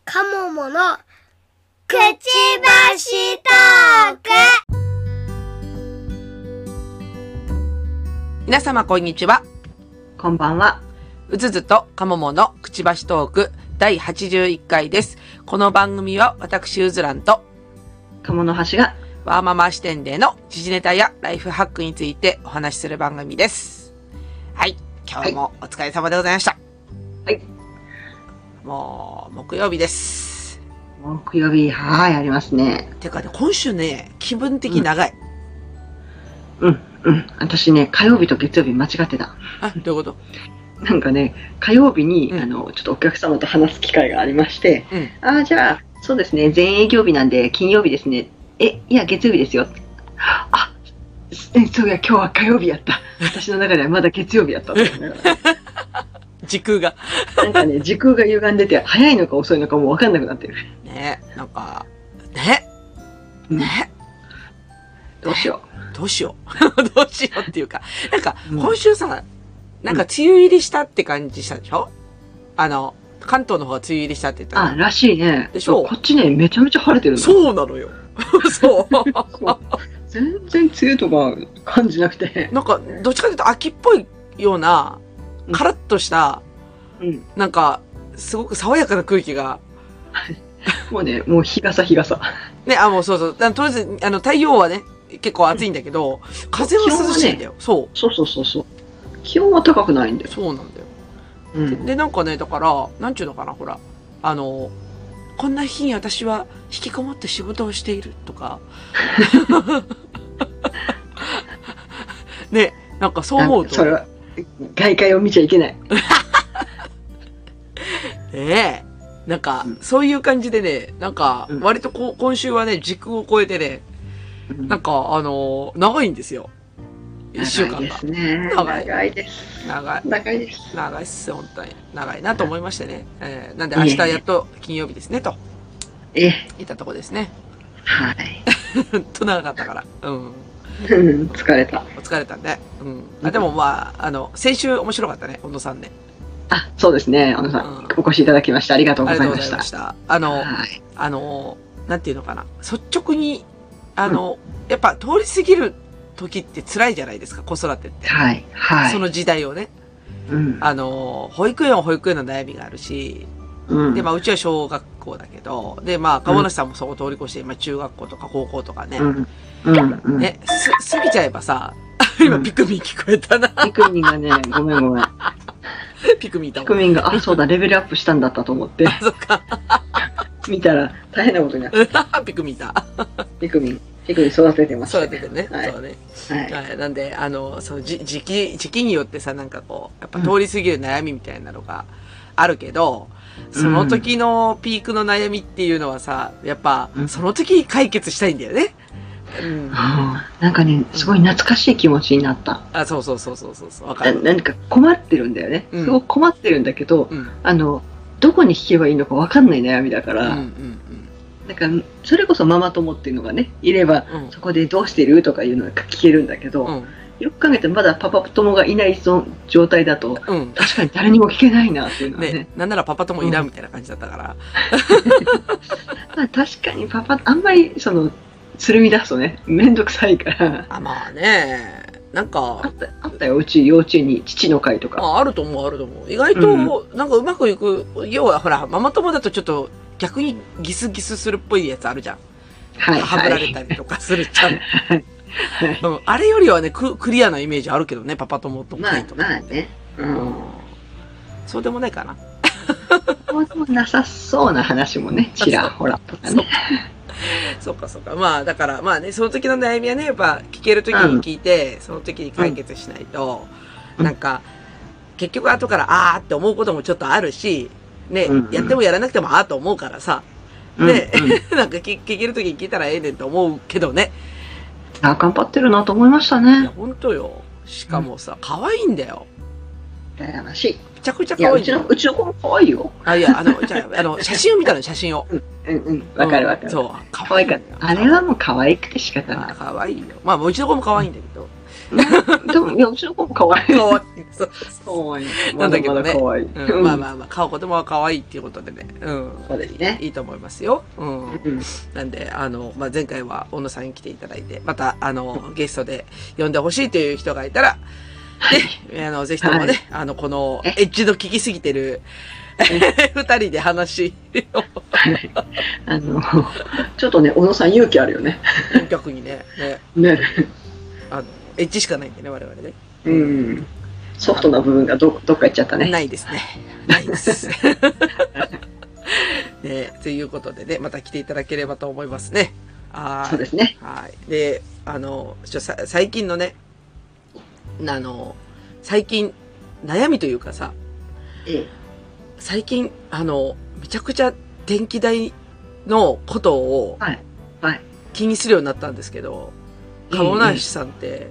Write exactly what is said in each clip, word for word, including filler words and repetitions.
カモモのくちばしトーク。 皆様こんにちは。 こんばんは。 うずずとカモモのくちばしトークだいはちじゅういっかいです。この番組は私うずらんと鴨の橋がワーママ視点での時事ネタやライフハックについてお話しする番組です。はい。今日もお疲れ様でございました。 はい。 もう、木曜日です。 木曜日、はい、ありますね。 てかね、今週ね、気分的長い。 うん、うん、うん。私ね、火曜日と月曜日間違ってた。 あ、どういうこと？ なんかね、火曜日に、 うん、 あの、ちょっとお客様と話す機会がありまして、 うん、 ああ、じゃあ、そうですね、全営業日なんで、金曜日ですね。え、いや、月曜日ですよ。あ、え、そういや、今日は火曜日やった。私の中ではまだ月曜日やったと思いながら。 時空が。 なんかね、時空が歪んでて、早いのか遅いのかもう分かんなくなってる。 ね、なんか、ね、ね、 うん、どうしよう。どうしよう。どうしようっていうか、なんか、今週さ、なんか梅雨入りしたって感じしたでしょ？あの、関東の方が梅雨入りしたって言ったあ、らしいね。 でしょ？ こっちね、めちゃめちゃ晴れてるんだ。 そうなのよ。そう。 全然梅雨とか感じなくて。 なんか、どっちかというと秋っぽいような、カラッとした、うん、なんか、すごく爽やかな空気が。 もうね、もう日傘日傘。 ね、あ、もうそうそう。とりあえず、あの、太陽はね、結構暑いんだけど、風は涼しいんだよ。ね、そう。 そうそうそうそう。気温は高くないんだよ。 そうなんだよ。 うん、 で, で、なんかね、だから、なんちゅうのかな、ほら、あの、こんな日に私は引きこもって仕事をしているとか。ね、なんかそう思うと。 それは、外界を見ちゃいけない。 ねえ。なんか、うん、そういう感じでね、なんか、割とこ今週はね、時空を超えてね、うん、なんか、あのー、長いんですよ。一週間が。 長いですね。長い。長いです。 長い。 長いです。 長いっす、本当に。長いなと思いましてね。えー、なんで明日やっと金曜日ですね、と。 ええ。 いったとこですね。 はい。 ほんと長かったから。うん。 疲れた。 疲れたね。うん。あ、でもまあ、あの、先週面白かったね、小野さんね。 あ、そうですね。小野さん、うん、お越しいただきましてありがとうございました。ありがとうございました。 あの、はい、あの、なんていうのかな。率直に、あの、うん、やっぱ通り過ぎる時って辛いじゃないですか、子育てって。 はい。はい。 その時代をね。うん。あの、保育園は保育園の悩みがあるし、うん。で、まあ、うちは小学校だけど、で、まあ、鴨梨さんもそこ通り越して、まあ、中学校とか高校とかね。うん。うん。ね、す、過ぎちゃえばさ、今、ピクミン聞こえたな。 ピクミンがね、ごめんごめん。 ピクミンだもん。 ピクミンが、あ、そうだ、レベルアップしたんだったと思って。 あ、そっか。 見たら、大変なことになった。 ピクミンだ。 ピクミン。ピクミン育ててます。 育ててね。はい、そうね。はい。はい。なんで、あの、その、じ、時期、時期によってさ、なんかこう、やっぱ通り過ぎる悩みみたいなのがあるけど、うん、その時のピークの悩みっていうのはさ、やっぱ、その時解決したいんだよね。 うん、なんかね、すごい懐かしい気持ちになった。 あ、そうそうそうそうそうわかる。 何か困ってるんだよね。すごく困ってるんだけど、うん、あの、どこに聞けばいいのかわかんない悩みだから、うんうんうん、なんか、それこそママ友っていうのがね、いれば、うん、そこでどうしてるとかいうのが聞けるんだけど、うん、よく考えてまだパパ友がいないその状態だと、うん、確かに誰にも聞けないなっていうのはね。ね、 なんならパパ友いらんみたいな感じだったから。 まあ確かにパパ、あんまりその、つるみ出すとね、めんどくさいから。 あ、まあね。なんか。 あった、あったよ、うち幼稚園に父の会とか。 あ、あると思う、あると思う。意外と、うん、なんかうまくいく、要はほら、ママ友だとちょっと逆にギスギスするっぽいやつあるじゃん。 はい。 はぶられたりとかするじゃん。はい。うん、あれよりはねク、クリアなイメージあるけどね、パパ友と会とか。まあ、まあね。うん。 そうでもないかな。 そうでもなさそうな話もね、ちらほらとかね。 そうかそうか。まあ、だから、まあね、その時の悩みはね、やっぱ聞ける時に聞いて、うん、その時に解決しないと、うん、なんか、結局後からあーって思うこともちょっとあるし、ね、うんうん、やってもやらなくてもあーと思うからさ、で、うんうん、なんか聞ける時に聞いたらええねんと思うけどね。 あ、頑張ってるなと思いましたね。いや、 ほんとよ。しかもさ、可愛いんだよ。 羨ましい。 めちゃくちゃ可愛い。 うちの、うちの子も可愛いよ。 あ、いや、あの、じゃあ、あの、写真を見たの、写真を。 うん、うん、うん。わかるわかる。 そう。 可愛かった。あれはもう可愛くて仕方ない。 可愛いよ。まあ、うちの子も可愛いんだけど。 でも、いや、うちの子も可愛い。 可愛い。そう可愛い。 なんだけどね。 可愛い。 うん、まあまあまあ、顔子供は可愛いっていうことでね。うん。 そうですね。 いいと思いますよ。うん。 うん、 なんで、あの、まあ、前回は小野さんに来ていただいて、また、あの、ゲストで呼んでほしいという人がいたら、ね、あの、ぜひともね、はい、あの、この、エッジの効きすぎてる、二人で話を。 あの、ちょっとね、小野さん勇気あるよね。 逆にね。 ね。ね。 あの、エッジしかないんでね、我々ね。 うん。ソフトな部分がど、どっか行っちゃったね。 ないですね。ないです。ね、ということでね、また来ていただければと思いますね。 はい。そうですね。 はい。で、あの、ちょさ最近のね、あの、最近、悩みというかさ、 ええ、 最近、あの、めちゃくちゃ電気代のことを、 はい。はい。 気にするようになったんですけど、鴨梨さんって、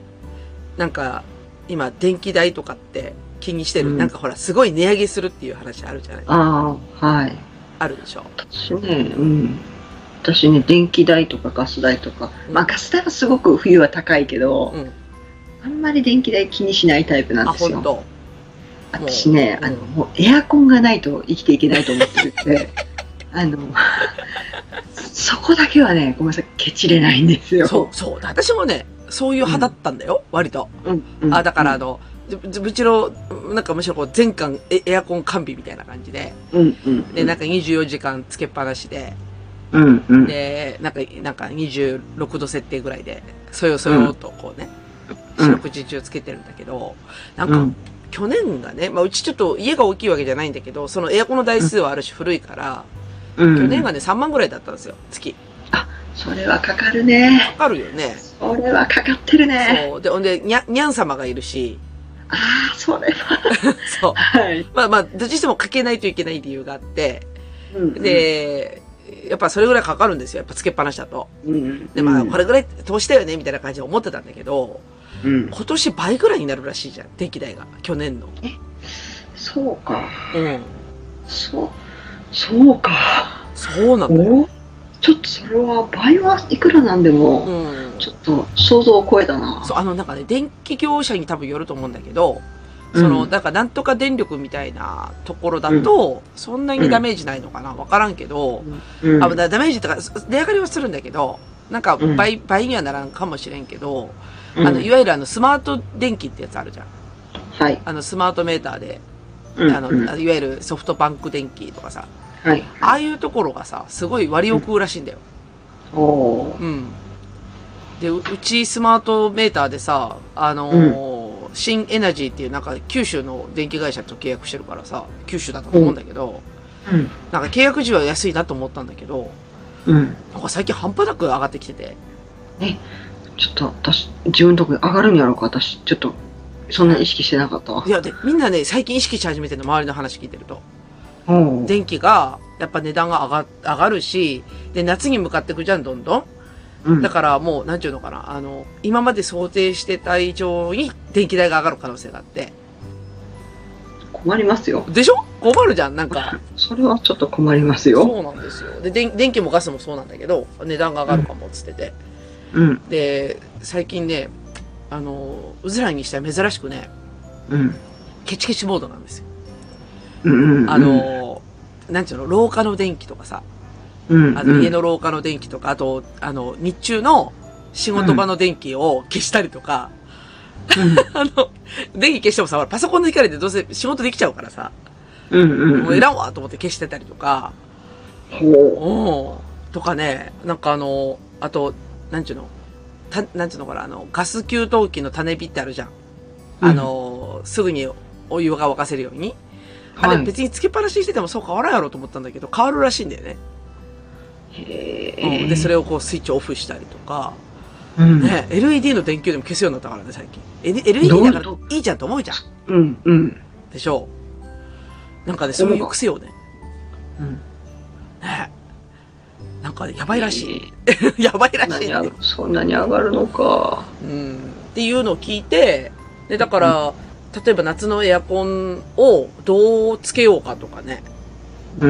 なんか、今、電気代とかって気にしてる、うん、なんかほら、すごい値上げするっていう話あるじゃないですか。 ああ、はい。 あるでしょ。 私ね、うん。私ね、電気代とかガス代とか、うん、まあガス代はすごく冬は高いけど、うん、あんまり電気代気にしないタイプなんですよ。あ、本当。私ね、あの、もうエアコンがないと生きていけないと思ってるんで、あの、そこだけはね、ごめんなさい、ケチれないんですよ。 そう、そう。私もね、そういう派だったんだよ、うん、割と。うんうん、あ、だからあの、うちの、なんかむしろこう全館エエアコン完備みたいな感じで、 うんうん、 で、なんかにじゅうよじかんつけっぱなしで、 うんうん、 で、なんか、なんかにじゅうろくど設定ぐらいで、そよそよとこうね、四六時中つけてるんだけど、なんか、うん、去年がね、まあうちちょっと家が大きいわけじゃないんだけど、そのエアコンの台数はあるし古いから、うん、去年がねさんまんぐらいだったんですよ、月。 あ、それはかかるね。 かかるよね。 それはかかってるね。 そう。で、ほんで、にゃ、にゃん様がいるし。 ああ、それは。 そう。 はい。 まあまあ、どっちにしてもかけないといけない理由があって、うんうん、で、やっぱそれぐらいかかるんですよ。やっぱつけっぱなしだと。うん、で、まあ、これぐらい投資だよね、みたいな感じで思ってたんだけど、うん、今年倍ぐらいになるらしいじゃん、電気代が。去年の。 え、そうか。 うん。 そう、そうか。 そうなんだよ。 ちょっとそれは、倍はいくらなんでも、うん、ちょっと想像を超えたな。 そう、あの、なんかね、電気業者に多分よると思うんだけど、その、だからなんとか電力みたいなところだと、そんなにダメージないのかなわからんけど、うん、あ、ダメージとか、値上がりはするんだけど、なんか倍、うん、倍にはならんかもしれんけど、うん、あの、いわゆるあの、スマート電気ってやつあるじゃん。 はい。 あの、スマートメーターで、うん、あの、いわゆるソフトバンク電気とかさ、 はい。 ああいうところがさ、すごい割を食うらしいんだよ。 うん、おー。うん。で、うちスマートメーターでさ、あのー、うん新エナジーっていうなんか九州の電気会社と契約してるからさ、九州だと思うんだけど、うん、なんか契約時は安いなと思ったんだけど、うん、なんか最近半端なく上がってきてて。 え、ちょっと私、自分のとこに上がるんやろうか、私、ちょっと、そんな意識してなかったわ。 いや、で、みんなね、最近意識し始めてるの、周りの話聞いてると。 うん、 電気が、やっぱ値段が上が、上がるし、で、夏に向かってくじゃん、どんどん。だからもう、なんちゅうのかな、あの、今まで想定してた以上に電気代が上がる可能性があって。 困りますよ。 でしょ？困るじゃん、なんか。 それはちょっと困りますよ。 そうなんですよ。で、電電気もガスもそうなんだけど、値段が上がるかもっつってて。 うん。 で、最近ね、あの、うずらにしては珍しくね、 うん。 ケチケチモードなんですよ。 うんうん、うん。 あの、なんちゅうの、廊下の電気とかさ、 うん、 あの、家の廊下の電気とか、あと、あの、日中の仕事場の電気を消したりとか、うん、あの、電気消してもさ、パソコンの光でどうせ仕事できちゃうからさ、 うんうんうん、 もういらんわと思って消してたりとか、 ほう。とかね、なんかあの、あと、なんちゅうの、た、なんちゅうのかな、あの、ガス給湯器の種火ってあるじゃん。あの、うん、すぐにお湯が沸かせるように。あれ別につけっぱなしにしててもそう変わらんやろうと思ったんだけど、変わるらしいんだよね。 へうん、で、それをこうスイッチオフしたりとか、 うん、 ね、エルイーディー の電球でも消すようになったからね、最近。エルイーディー だからいいじゃんと思うじゃん。 うん、うん。 でしょう。なんかね、そういう癖をね。 うん。 ねなんかね、やばいらしい。やばいらしい、ね。 そんなに上がるのか。 うん。っていうのを聞いて、で、だから、うん、例えば夏のエアコンをどうつけようかとかね。 うん、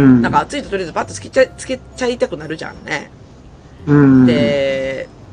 なんか暑いととりあえずバッとつけちゃ、つけちゃいたくなるじゃんね。 うん、 で、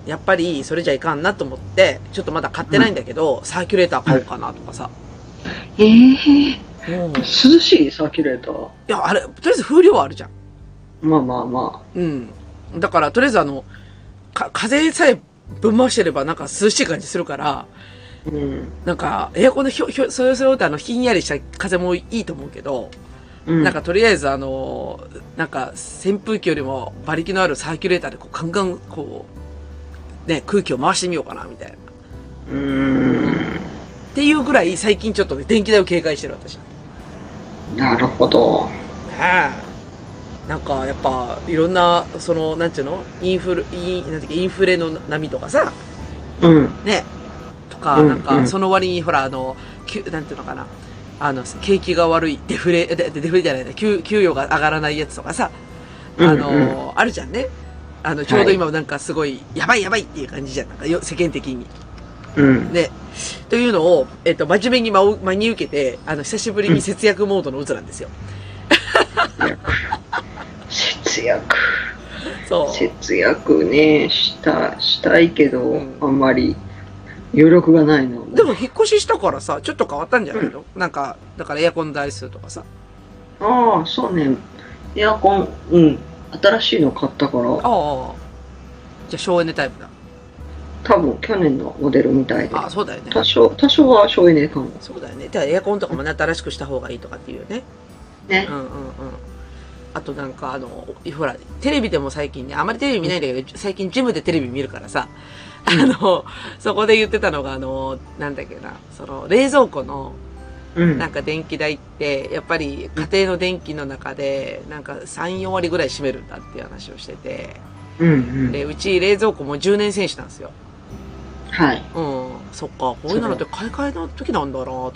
やっぱりそれじゃいかんなと思って、ちょっとまだ買ってないんだけど、うん、サーキュレーター買おうかなとかさ。 ええー、うん、涼しいサーキュレーター？いや、あれ、とりあえず風量はあるじゃん。 まあまあまあ。 うん。だから、とりあえずあの、か、風さえぶん回してればなんか涼しい感じするから、うん、なんか、エアコンのひょ、ひょ、そよそよってあの、ひんやりした風もいいと思うけど、うん、なんかとりあえずあの、なんか扇風機よりも馬力のあるサーキュレーターでこう、ガンガンこう、ね、空気を回してみようかな、みたいな。うーん。っていうぐらい最近ちょっとね、電気代を警戒してる私。 なるほど。 ねえ。なんかやっぱ、いろんな、その、なんていうのインフル、イン、なんていうか、インフレの波とかさ。うん。ね。とか、なんか、その割に、ほら、あの、きゅ、なんていうのかな。あの、景気が悪い、デフレ、デフレじゃないね、給、給与が上がらないやつとかさ。あの、うんうん、あるじゃんね。あの、ちょうど今なんかすごい、やばいやばいっていう感じじゃん。なんかよ、世間的に。うん。で、というのを、えっと、真面目に真真に受けて、あの、久しぶりに節約モードの渦なんですよ。 節約。そう。節約ね、した、したいけど、うん、あんまり余力がないの。 でも、引っ越ししたからさ、ちょっと変わったんじゃないの、うん、なんか、だからエアコン台数とかさ。 ああ、そうね。エアコン、うん。新しいの買ったから。ああ。 じゃあ省エネタイプだ。 多分去年のモデルみたいで。 ああ、そうだよね。 多少、多少は省エネかも。 そうだよね。だからエアコンとかもね、新しくした方がいいとかっていうね。ね。うんうんうん。あとなんかあの、ほら、テレビでも最近ね、あまりテレビ見ないんだけど、うん、最近ジムでテレビ見るからさ、あの、うん、そこで言ってたのが、あの、なんだっけな、その、冷蔵庫の、なんか電気代って、やっぱり家庭の電気の中で、なんかさん、よん割ぐらい占めるんだっていう話をしてて、うんうん、で、うち冷蔵庫もじゅうねん選手なんですよ。はい。うん。そっか、こういうのって買い替えの時なんだなと思って。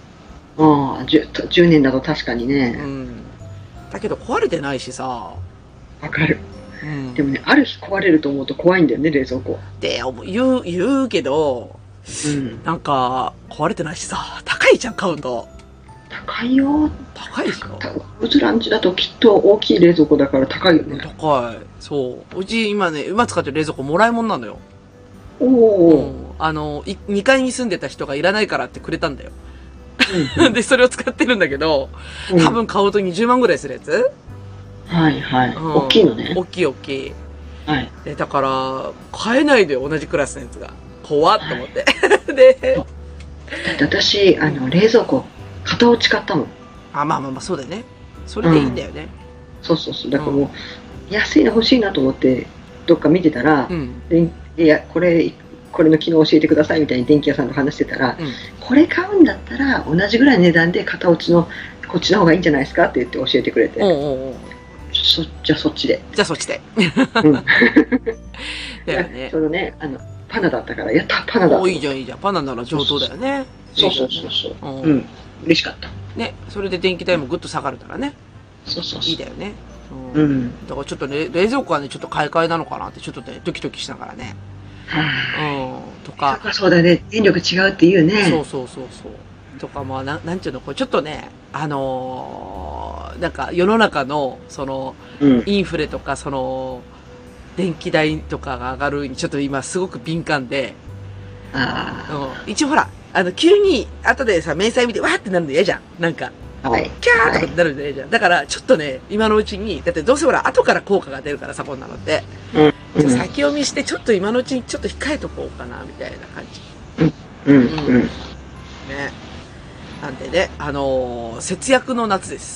ああ、じゅうねんだと確かにね。 うん。だけど壊れてないしさ。 わかる。うん。でもね、ある日壊れると思うと怖いんだよね、冷蔵庫。 で、言う、言うけど、うん、なんか、壊れてないしさ、高いじゃん、買うと。 高いよ。 高いでしょ。 うちランチだときっと大きい冷蔵庫だから高いよね。 高い。そう。うち今ね、今使ってる冷蔵庫もらい物なのよ。おお、うん。あの、にかいに住んでた人がいらないからってくれたんだよ。うんうん、で、それを使ってるんだけど、多分買うとにじゅうまんぐらいするやつ、 うん、はいはい、うん。大きいのね。 大きい大きい。はい。で、だから、買えないで同じクラスのやつが。怖っと思って。はい、で、 だって私、あの、冷蔵庫、型落ち買ったもん。 あ、まあまあまあ、そうだよね。それでいいんだよね。 うん、そうそうそう。だからもう、うん、安いの欲しいなと思って、どっか見てたら、うん、でいや、これ、これの機能教えてくださいみたいに電気屋さんと話してたら、うん、これ買うんだったら、同じぐらいの値段で型落ちの、こっちの方がいいんじゃないですかって言って教えてくれて。おうおうおう、そじゃあそっちで。 じゃあそっちで。うん。だよね。ちょうどね、あの、パナだったから、やった、パナだ。 お、いいじゃん、いいじゃん。パナなら上等だよね。 そうそうそうそう。うん。嬉しかった。 ね、それで電気代もぐっと下がるからね。 そうそうそう。 いいだよね。うん。だからちょっとね、冷蔵庫はね、ちょっと買い替えなのかなって、ちょっとね、ドキドキしながらね。はうん。とか。そうだね、電力違うって言うね。 そうそうそうそう。とか、まあ、ななんていうの、これちょっとね、あのー、なんか世の中の、その、うん、インフレとか、その、電気代とかが上がるにちょっと今すごく敏感で、あうん、一応ほら、あの、急に後でさ、明細見てわーってなるの嫌じゃん。なんか、はい、キャーとかってなるの嫌じゃん。はい、だから、ちょっとね、今のうちに、だってどうせほら、後から効果が出るからさ、こんなのって。うん、先読みして、ちょっと今のうちにちょっと控えとこうかな、みたいな感じ。うん。うん。うん。ね。なんでね、あのー、節約の夏です。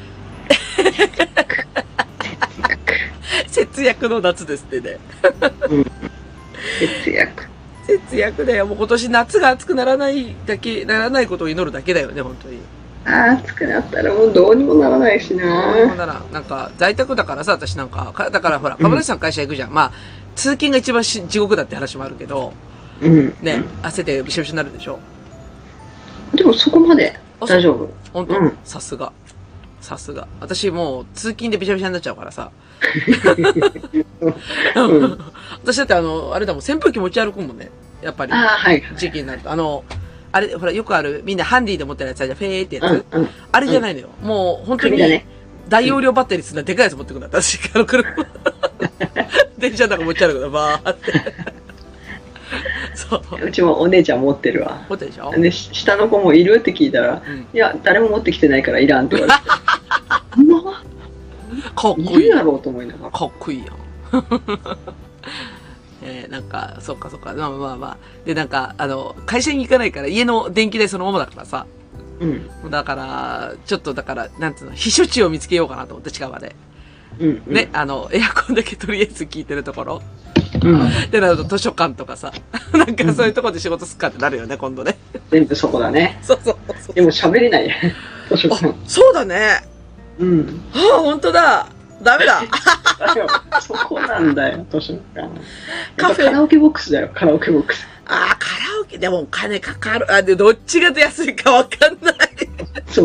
節約の夏ですってね。 うん、節約。 節約だよ。もう今年夏が暑くならないだけ、ならないことを祈るだけだよね、本当に。 ああ、暑くなったらもうどうにもならないしな。どうにもならん。なんか、在宅だからさ、私なんか、かだからほら、株主さん会社行くじゃん。うん、まあ、通勤が一番し地獄だって話もあるけど、うん。ね、汗でびしょびしょになるでしょ。 でもそこまで大丈夫。 本当、うん、さすが。さすが。私もう通勤でびしゃびしゃになっちゃうからさ。うん、私だってあの、あれだもん、扇風機持ち歩くもんね。やっぱり。 ああ、はい。 時期になると。あの、あれ、ほら、よくある、みんなハンディで持ってるやつあるじゃん、フェーってやつ。うんうん、あれじゃないのよ。もう、本当に、大容量バッテリーするのでかいやつ持ってくるんだ。私、あの車。 電車の中持ち歩くの、バーって。そう。 うちもお姉ちゃん持ってるわ。 持ってるでしょ。 で、下の子もいるって聞いたら、うん、いや、誰も持ってきてないからいらんって言われて。うわかっこいい。 いるやろうと思いながら。 かっこいいやん。えー、なんか、そっかそっか。まあまあまあ。で、なんか、あの、会社に行かないから家の電気代そのままだからさ。うん。だから、ちょっとだから、なんつうの、避暑地を見つけようかなと思って近場で。うん、うん。ね、あの、エアコンだけとりあえず効いてるところ。うん。で、なると図書館とかさ。なんかそういうところで仕事すっかってなるよね、今度ね。 全部そこだね。 そうそうそう。 でも喋れない。図書館。 そうだね。 うん。 はあ、ほんとだ。ダメだ。 そこなんだよ、図書館。カフェ。カラオケボックスだよ、カラオケボックス。 ああ、カラオケ、でもお金かかる。あ、で、どっちが安いかわかんない。 そう。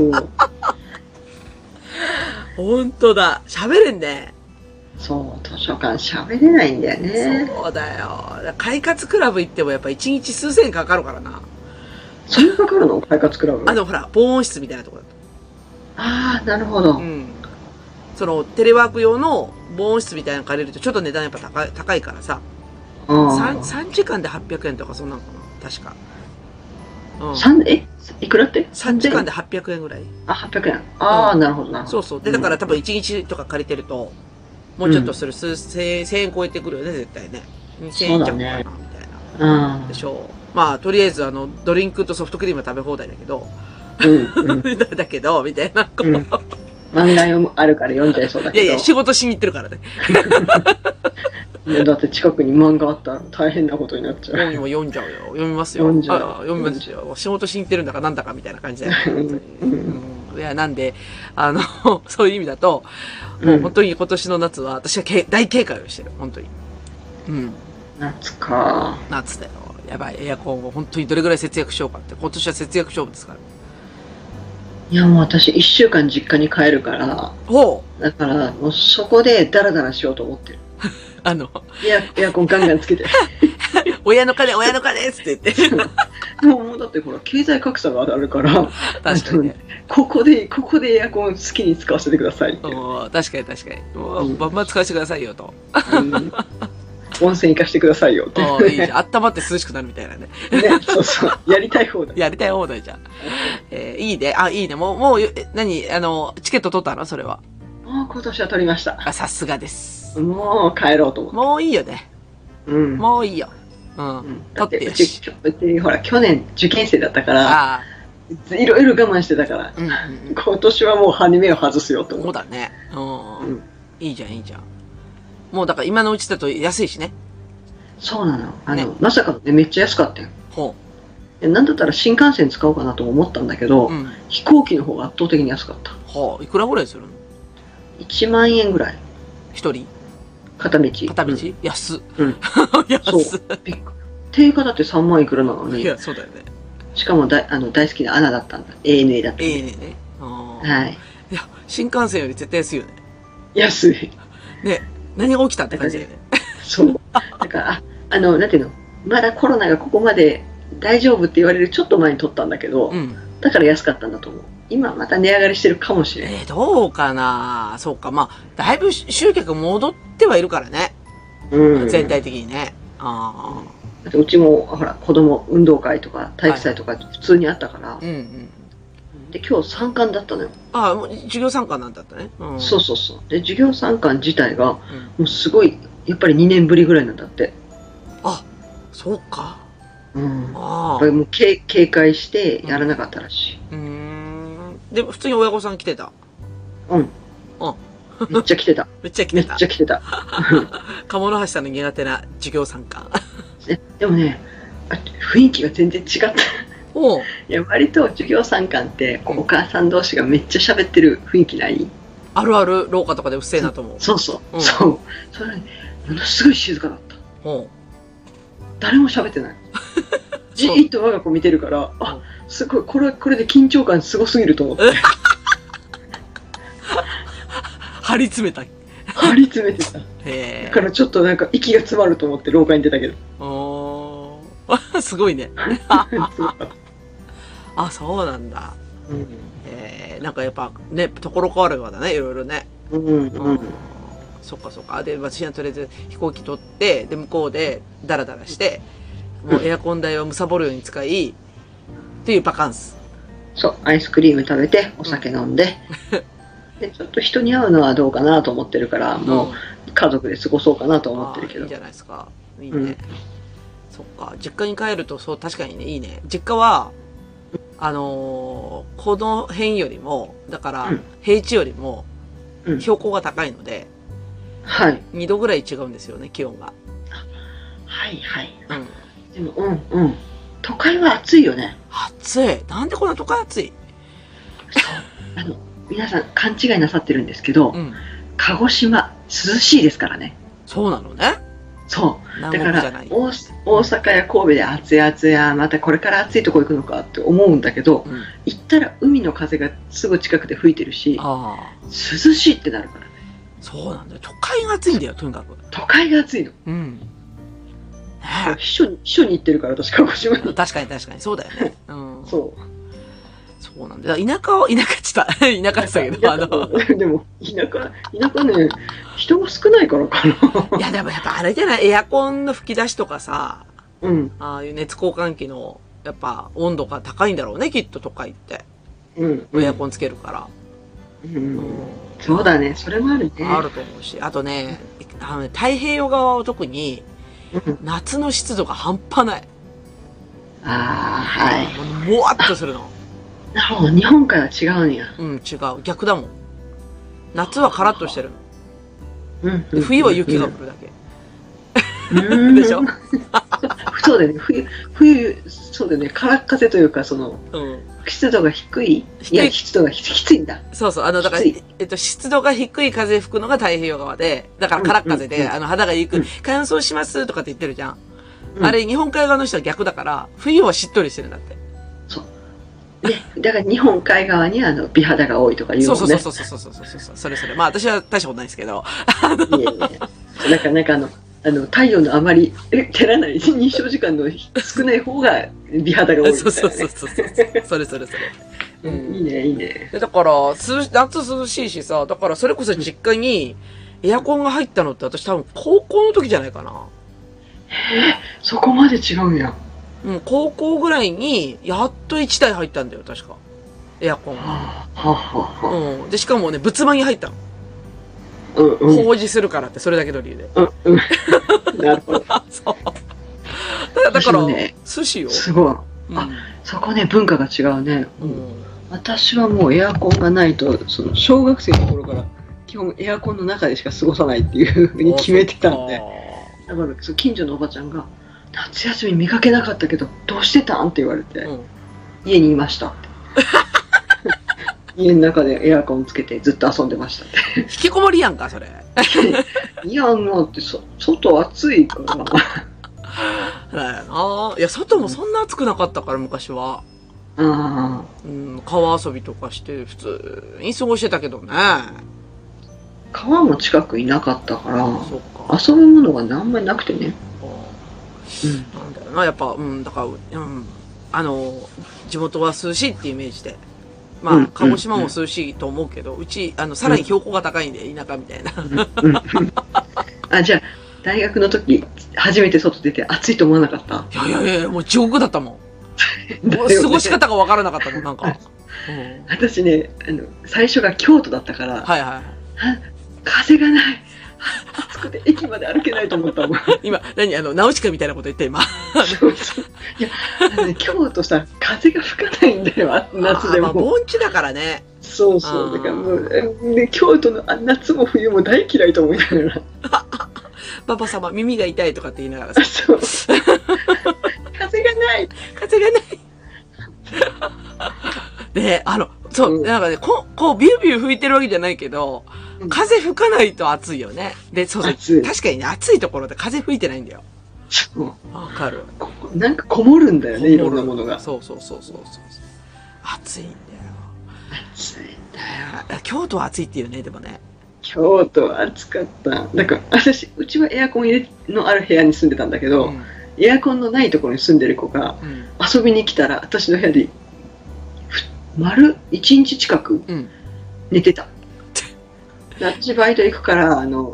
ほんとだ。喋れんね。 そう、図書館喋れないんだよね。 そうだよ。快活クラブ行ってもやっぱ一日数千円かかるからな。 そんなかかるの快活クラブ。 あの、ほら、防音室みたいなところだと。 ああ、なるほど。うん。 その、テレワーク用の防音室みたいなの借りるとちょっと値段やっぱ高い、高いからさ。3, 3時間ではっぴゃくえんとかそんなのかな確か。 うん。三えいくらって ? さん 時間ではっぴゃくえんぐらい。 あ、はっぴゃくえん。ああ、うん、なるほどな。 そうそう。で、だから多分いちにちとか借りてると、もうちょっとする、数千円超えてくるよね、絶対ね。にせんえん弱かな、みたいな。うん。でしょう。まあ、とりあえず、あの、ドリンクとソフトクリームは食べ放題だけど。うん、うん。だけど、みたいな。こう、うん、 漫画読む、あるから読んじゃいそうだけど。 いやいや、仕事しに行ってるからね。 だって近くに漫画あったら大変なことになっちゃう。 読みも読んじゃうよ。読みますよ。読んじゃう。読みますよ。仕事しに行ってるんだかなんだかみたいな感じだよね。うん、いや、なんで、あの、そういう意味だと、もう本当に今年の夏は私は大警戒をしてる。本当に。うん。 夏か。 夏だよ。やばい。エアコンを本当にどれぐらい節約しようかって。今年は節約勝負ですから。 いや、もう私一週間実家に帰るから。ほう。だから、もうそこでダラダラしようと思ってる。 あの、 エア、エアコンガンガンつけて。 親の金、親の金って言って。 もう、もうだってほら、経済格差があるから。 確かに、ね。 ここで、ここでエアコン好きに使わせてくださいって。 確かに確かに。もう、バンバン使わせてくださいよと。 うん、温泉行かしてくださいよって。 いいじゃん。温まって涼しくなるみたいなね。 ね、そうそう。やりたい放題。 やりたい放題じゃん。えー、いいね。あ、いいね。もう、もう、何あの、チケット取ったのそれは。 もう今年は取りました。 あ、さすがです。 もう帰ろうと思って。 もういいよね。うん。もういいよ。うん。うん、 だってうち、うち、ほら、去年受験生だったから、いろいろ我慢してたから、うんうんうん、今年はもう羽目を外すよと思って。 そうだね。うん。うん、いいじゃん、いいじゃん。もうだから今のうちだと安いしね。 そうなの。あの、ね、まさかのね、めっちゃ安かったよ。ほう。なんだったら新幹線使おうかなと思ったんだけど、うん、飛行機の方が圧倒的に安かった。 はあ、いくらぐらいするの ? いちまんえんぐらい。 一人片道。 片道、うん、安っ。 うん。 安っ。 そう。定価だってさんまんいくらなのに。 いや、そうだよね。 しかもだあの大好きなアナだったんだ。エーエヌエー だった。 エーエヌエー ね。 はい。 いや、新幹線より絶対安いよね。 安い。 ね、何が起きたって感じだよね。 そう。だから、あ、あの、なんていうの、まだコロナがここまで大丈夫って言われるちょっと前に取ったんだけど、うん、だから安かったんだと思う。今また値上がりしてるかもしれない。 えー、どうかな。そうか。まあ、だいぶ集客戻ってはいるからね。うん。全体的にね。ああ。うちも、ほら、子供運動会とか体育祭とか普通にあったから。はい、うんうん。で、今日参観だったのよ。 ああ、もう授業参観なんだったね。 うん、そうそうそう。で、授業参観自体が、もうすごい、やっぱりにねんぶりぐらいなんだって。 あ、そうか。 うん。ああ。やっぱりもう警警戒してやらなかったらしい。うん。うんでも普通に親御さん来てた。 うん。うん。めっちゃ来てた。 めっちゃ来てた。 めっちゃ来てた。 鴨の橋さんの苦手な授業参観。 でもね、雰囲気が全然違った。おう。いや、割と授業参観って、お母さん同士がめっちゃ喋ってる雰囲気ない？ あるある、廊下とかでうっせえなと思う。 そうそう。うん、そう。それ、ものすごい静かだった。おう。誰も喋ってない。じーっと我が子見てるから、あ、すごい、これ、これで緊張感すごすぎると思って。 張り詰めた。 張り詰めてた。へだからちょっとなんか息が詰まると思って廊下に出たけど。 おー。すごいね。あ、そうなんだ。うん、えー、なんかやっぱね、ところ変わるわだね、いろいろね。うん、うん。 そっかそっか。で、私はとりあえず飛行機取って、で、向こうでダラダラして、もうエアコン代を貪るように使い、っていうバカンス。 そう、アイスクリーム食べて、お酒飲んで、で、ちょっと人に会うのはどうかなと思ってるから、もう家族で過ごそうかなと思ってるけど。 いいじゃないですか。いいね。うん、そっか。実家に帰ると、そう、確かにね、いいね。実家は、あのー、この辺よりも、だから、平地よりも、標高が高いので、 うん、はい。 にどぐらい違うんですよね、気温が。 はいはい。うん。でも、うんうん。都会は暑いよね。 暑い。なんでこんな都会暑い？ そう。あの、皆さん勘違いなさってるんですけど、うん、鹿児島、涼しいですからね。 そうなのね。 そう。だから大、大阪や神戸で暑い暑いや、またこれから暑いとこ行くのかって思うんだけど、うん、行ったら海の風がすぐ近くで吹いてるし、涼しいってなるからね。 そうなんだよ。都会が暑いんだよ、とにかく。 都会が暑いの。うん。秘書に、秘書に行ってるから、私、鹿児島に。 確かに確かに、そうだよね。うん。 そう。 そうなんだよ。田舎を、田舎ちょっと、田舎でしたけど、あの。 でも、田舎、田舎ね、人が少ないからかな。 いや、でもやっぱあれじゃない、エアコンの吹き出しとかさ、 うん。 ああいう熱交換器の、やっぱ温度が高いんだろうね、きっと都会って。 うん。 エアコンつけるから。 うん。うん、そうだね、それもあるね。 あると思うし。あとね、あのね、太平洋側は特に、夏の湿度が半端ない。 ああ、はい。 もわっとするの。 なるほど、日本から違うんや。 うん、違う。逆だもん。夏はカラッとしてるの。うん。 で冬は雪が降るだけ。 うん。 でしょそうだよね。冬、冬、そうだよね。空風というか、その、うん、湿度が低い。いや、湿度がきついんだ。 そうそう。あの、だから、えっと、湿度が低い風吹くのが太平洋側で、だから空風で、うんうんうん、あの、肌がゆっくり、乾燥しますとかって言ってるじゃん。うん、あれ、日本海側の人は逆だから、冬はしっとりしてるんだって。そう。 ね、だから日本海側にあの、美肌が多いとか言うもんね。 そうそうそうそうそうそうそうそう。それそれ。まあ、私は大したことないですけど。 いやいや。なんか、なんかあの、あの、太陽のあまり照らない日照時間の少ない方が美肌が多いみたいな、ね。そうそうそうそう。それそれそれ。 うん、いいね、いいね。 だから、夏涼しいしさ、だからそれこそ実家にエアコンが入ったのって私多分高校の時じゃないかな。 へえ、そこまで違うんや。 うん、高校ぐらいにやっといちだい入ったんだよ、確か。エアコンが。はあ、はははうん。で、しかもね、仏間に入ったの。 うんうん。 工事するからって、それだけの理由で。 うんうん。なるほど。そう。 だから、ね、寿司よ。 すごい。うん、あ、そこね、文化が違うね。うん。私はもうエアコンがないと、その、小学生の頃から、基本エアコンの中でしか過ごさないっていうふうに決めてたんで。だから、近所のおばちゃんが、夏休み見かけなかったけど、どうしてたんって言われて、うん、家にいましたって。家の中でエアコンつけてずっと遊んでましたって。 引きこもりやんか、それ。 いや、もうってそ、外暑いから。 だよな。いや、外もそんな暑くなかったから、昔は。 うん。 うん、川遊びとかして、普通に過ごしてたけどね。 川も近くいなかったから、遊ぶものが何もなくてね。 うん、なんだよな、やっぱ、うん、だから、うん、あの、地元は涼しいっていうイメージで。まあ、鹿児島も涼しいと思うけど、うち、あの、さらに標高が高いんで、田舎みたいな。 あ、じゃあ、大学の時、初めて外出て暑いと思わなかった？ いやいやいや、もう地獄だったもん。もう過ごし方がわからなかったもん、なんか。うん、 私ね、あの、最初が京都だったから、 はいはい。 風がない。暑くて駅まで歩けないと思ったもん。 今、何あの、ナウシカみたいなこと言って、今。 そうそう。いや、あのね、京都さ、風が吹かないんだよ、夏でも。 まあ、盆地だからね。 そうそう。だからもう、ね、京都の夏も冬も大嫌いと思いながら。 パパ様、耳が痛いとかって言いながらさ。 そう。風がない。 風がない。で、あの、そう、うん、なんかね、こう、こう、ビュービュー吹いてるわけじゃないけど、風吹かないと暑いよね。で、そうそう。確かにね、暑いところで風吹いてないんだよ。 そう。 わかる。 なんかこもるんだよね、いろんなものが。 そうそうそうそうそう。暑いんだよ。 暑いんだよ。京都は暑いっていうね、でもね。 京都は暑かった。だから、私、うちはエアコン入れのある部屋に住んでたんだけど、うん、エアコンのないところに住んでる子が、うん、遊びに来たら、私の部屋で、丸一日近く寝てた。うん、私バイト行くから、あの、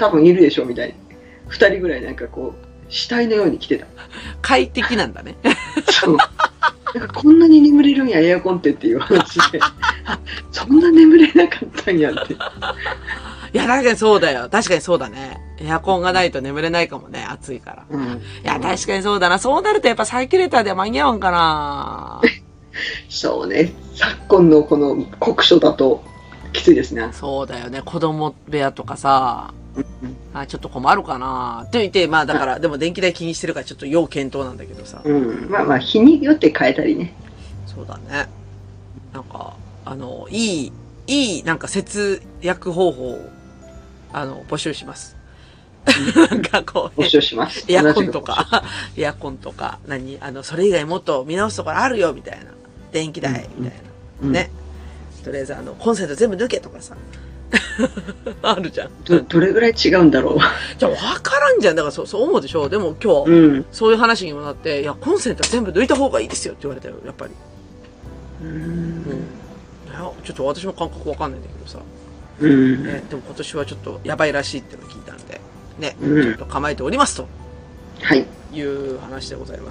多分いるでしょみたいに。二人ぐらいなんかこう、死体のように来てた。 快適なんだね。 そう。なんかこんなに眠れるんや、エアコンってっていう話で。そんな眠れなかったんやって。 いや、確かにそうだよ。確かにそうだね。エアコンがないと眠れないかもね、暑いから。うん、いや、確かにそうだな。そうなるとやっぱサーキュレーターでは間に合わんかな。 そうね。昨今のこの酷暑だときついですね。 そうだよね。子供部屋とかさ。あ、ちょっと困るかなと言って、まあだから、でも電気代気にしてるからちょっと要検討なんだけどさ。 うん。まあまあ、日によって変えたりね。 そうだね。なんか、あの、いい、いい、なんか節約方法を、あの、募集します。なんかこう、 ね、募集します。 エアコンとか、エアコンとか、何あの、それ以外もっと見直すところあるよ、みたいな。電気代、みたいな。うん、ね。とりあえず、あの、コンセント全部抜けとかさ。あるじゃん。 ど、どれぐらい違うんだろう。 じゃあ分からんじゃん。だからそう、そう思うでしょ。でも今日、うん、そういう話にもなって、いや、コンセント全部抜いた方がいいですよって言われたよ、やっぱり。うん。うん。いや、ちょっと私も感覚わかんないんだけどさ。うん。ね、でも今年はちょっとやばいらしいっていうのを聞いたんで、ね、うん、ちょっと構えておりますと。はい。いう話でございます。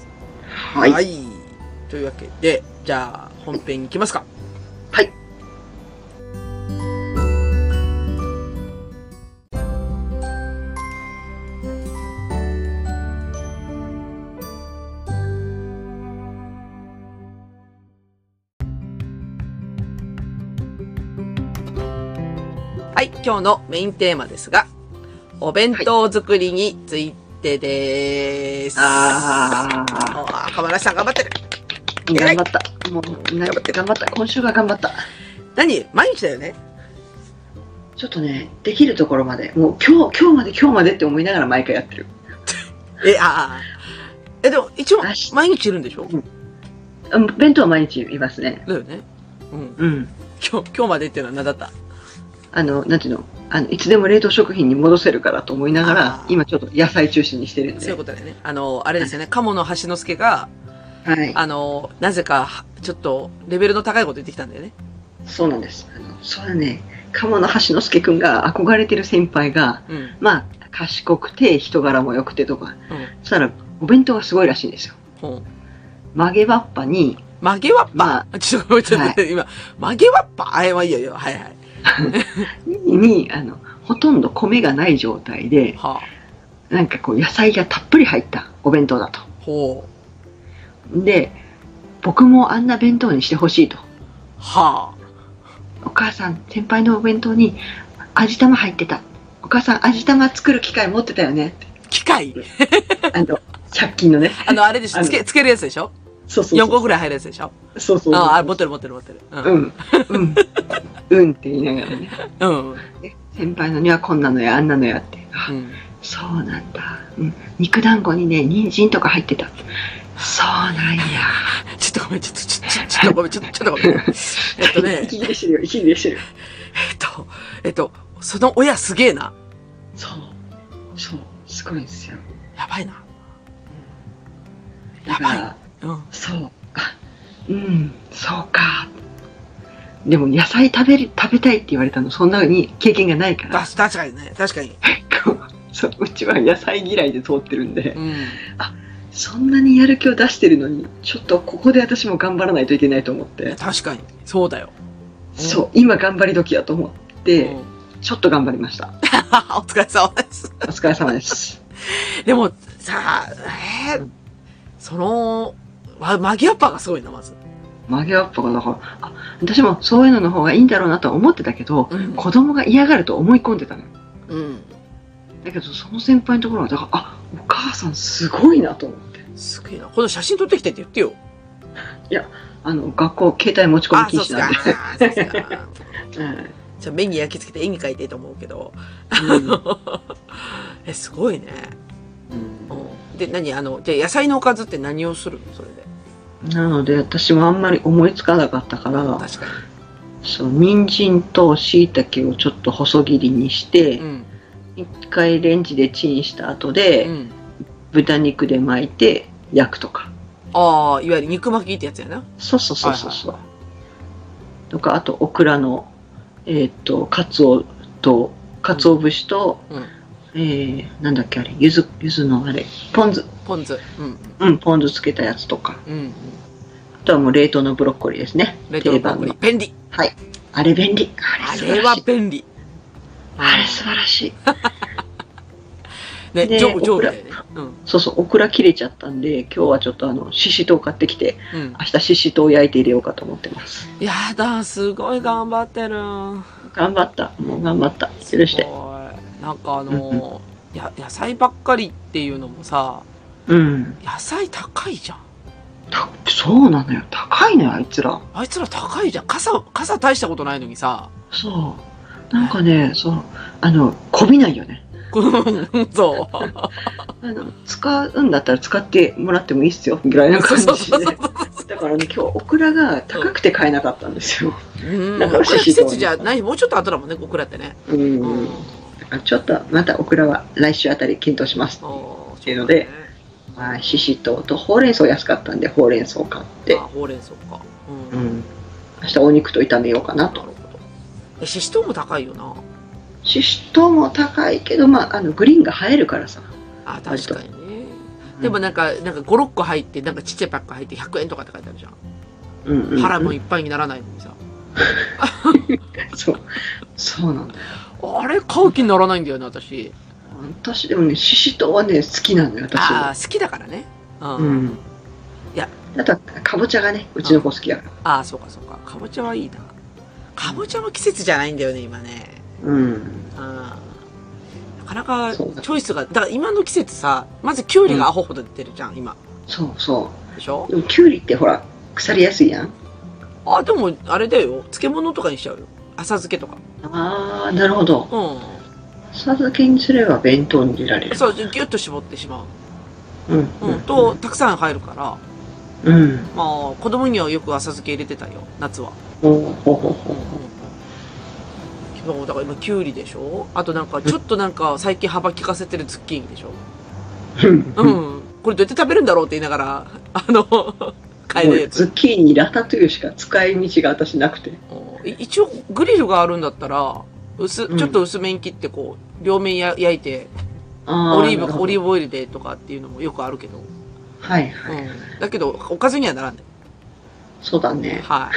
はい。はい。というわけで、じゃあ、本編いきますか。はい。はい、今日のメインテーマですが、お弁当作りについてでーす。はい、ああ、かまらしさん頑張ってる。 頑張った。もう、頑張って、頑張った。今週が頑張った。 何毎日だよね。 ちょっとね、できるところまで、もう今日、今日まで今日までって思いながら毎回やってる。 え、ああ。え、でも一応、毎日いるんでしょ？ うん。弁当は毎日いますね。 だよね。うん。うん。今日、今日までっていうのは何だった？ あの、なんていうの、あの、いつでも冷凍食品に戻せるからと思いながら、今ちょっと野菜中心にしてるんで。 そういうことだよね。あの、あれですよね、鴨の橋之助が、はい。あの、なぜか、ちょっと、レベルの高いこと言ってきたんだよね。 そうなんです。あの、そうだね、鴨の橋之助くんが憧れてる先輩が、うん、まあ、賢くて、人柄も良くてとか、うん、そしたら、お弁当がすごいらしいんですよ。うん、曲げわっぱに、 曲げわっぱ、まあ、ちょっと、ちょっと、今、曲げわっぱあれはいいよいいよ。はいはい。 にあのほとんど米がない状態で、はあ、なんかこう野菜がたっぷり入ったお弁当だと。ほうで僕もあんな弁当にしてほしいと。はあ、お母さん先輩のお弁当に味玉入ってた。お母さん味玉作る機械持ってたよねって。 機械あのひゃく均のね、 あのあれでしょ、つけつけるやつでしょ。そうそうそう、よんこぐらい入るやつでしょ。そうそうそう、ああ、持ってる持ってる持ってる。うん。 うん。うんって言いながらね。うん。先輩のにはこんなのや、あんなのやって。うん、そうなんだ。うん。肉団子にね、人参とか入ってた。そうなんや。 ちょっとごめん、ちょっと、ちょっと、ちょっとごめん、ちょっと、ちょっとごめん。えっとね。 息切れしてるよ、息切れしてる。 えっと、えっと、その親すげえな。 そう。そう。すごいんですよ。 やばいな。やばい。 うん、そう。あ、うん、そうか。でも野菜食べる、食べたいって言われたの、そんなに経験がないから。 確かにね、確かに。 そう、うちは野菜嫌いで通ってるんで、うん、あ、そんなにやる気を出してるのに、ちょっとここで私も頑張らないといけないと思って。 確かに、そうだよ。 そう、今頑張り時やと思って、うん、ちょっと頑張りました。 お疲れ様です。 お疲れ様です。 でも、さあ、えー、その、曲げわっぱがすごいな、まず。 曲げわっぱが、だから、あ、私もそういうのの方がいいんだろうなとは思ってたけど、うん、子供が嫌がると思い込んでたの。うん。だけど、その先輩のところは、だから、あ、お母さんすごいなと思って。 すごいな。この写真撮ってきてって言ってよ。 いや、あの、学校、携帯持ち込み禁止なんで。あ、そうっすか。うん。 じゃあ目に焼き付けて絵に描いてと思うけど。うん、え、すごいね。うん。で、何あの、で、野菜のおかずって何をするのそれで。 なので、私もあんまり思いつかなかったから、確かに。そう、人参と椎茸をちょっと細切りにして、うん、一回レンジでチンした後で、うん、豚肉で巻いて焼くとか。 ああ、いわゆる肉巻きってやつやな。 そうそうそうそう。はいはい、とか、あと、オクラの、えっと、カツオと鰹節と、 うん。 えー、なんだっけあれ、ゆず、ゆずのあれ、ポン酢。 ポン酢。うん。 うん、ポン酢つけたやつとか。 うん。 あとはもう冷凍のブロッコリーですね。 冷凍のブロッコリー。便利。 はい。あれ便利。 あれは便利。 あれ素晴らしい。 ね、上手だよね。 そうそう、オクラ切れちゃったんで、今日はちょっとあの、ししとう買ってきて、明日ししとう焼いて入れようかと思ってます。 やだ、すごい頑張ってる。 頑張った。もう頑張った。許して。 なんかあの、や、野菜ばっかりっていうのもさ、 うん。 野菜高いじゃん。 そうなのよ。高いのよ、あいつら。 あいつら高いじゃん。傘、傘大したことないのにさ。 そう。なんかね、そう、あの、こびないよね。 そう。 あの、使うんだったら使ってもらってもいいっすよ、ぐらいな感じで。だからね、今日オクラが高くて買えなかったんですよ。 うん。だから季節じゃない、もうちょっと後だもんね、オクラってね。 うん。だからちょっと、またオクラは来週あたり検討しますっていうので、まあ、ししとうとほうれん草安かったんで、ほうれん草買って。 あ、ほうれん草か。 うん。明日お肉と炒めようかなと。 え、ししとうも高いよな。 ししとうも高いけど、まあ、あの、グリーンが映えるからさ。 あ、確かにね。でもなんか、なんかご、ろっこ入って、なんかちっちゃいパック入ってひゃくえんとかって書いてあるじゃん。うんうんうん、腹もいっぱいにならないのにさ。 そう。そうなんだよ。 あれ買う気にならないんだよね、私。 私でもね、ししとうはね、好きなのよ、私は。 ああ、好きだからね。 うん。うん、いや。あとは、かぼちゃがね、うちの子好きやから。 ああ、そうかそうか。かぼちゃはいいな。かぼちゃは季節じゃないんだよね、今ね。 うん。 あなかなか、チョイスが、だから今の季節さ、まずキュウリがアホほど出てるじゃん、今。 そうそう。 でしょ？ でもキュウリってほら、腐りやすいやん。 あ、でも、あれだよ。漬物とかにしちゃうよ。浅漬けとか。 ああ、なるほど。 うん。 浅漬けにすれば弁当に入れられる。 そう、ギュッと絞ってしまう。うん。 うん。と、たくさん入るから。 うん。 まあ、子供にはよく浅漬け入れてたよ、夏は。 ほうほうほうほう。 だから今、キュウリでしょ？あとなんか、ちょっとなんか、最近幅利かせてるズッキーニでしょ？うん。これどうやって食べるんだろうって言いながら、あの、買えるやつ。 ズッキーニ、ラタトゥイユしか使い道が私なくて。 一応、グリルがあるんだったら、薄、ちょっと薄めに切ってこう、両面や焼いて、オリーブ、オリーブオイルでとかっていうのもよくあるけど。 はいはい。 うん。だけど、おかずにはならんね。 そうだね。 はい。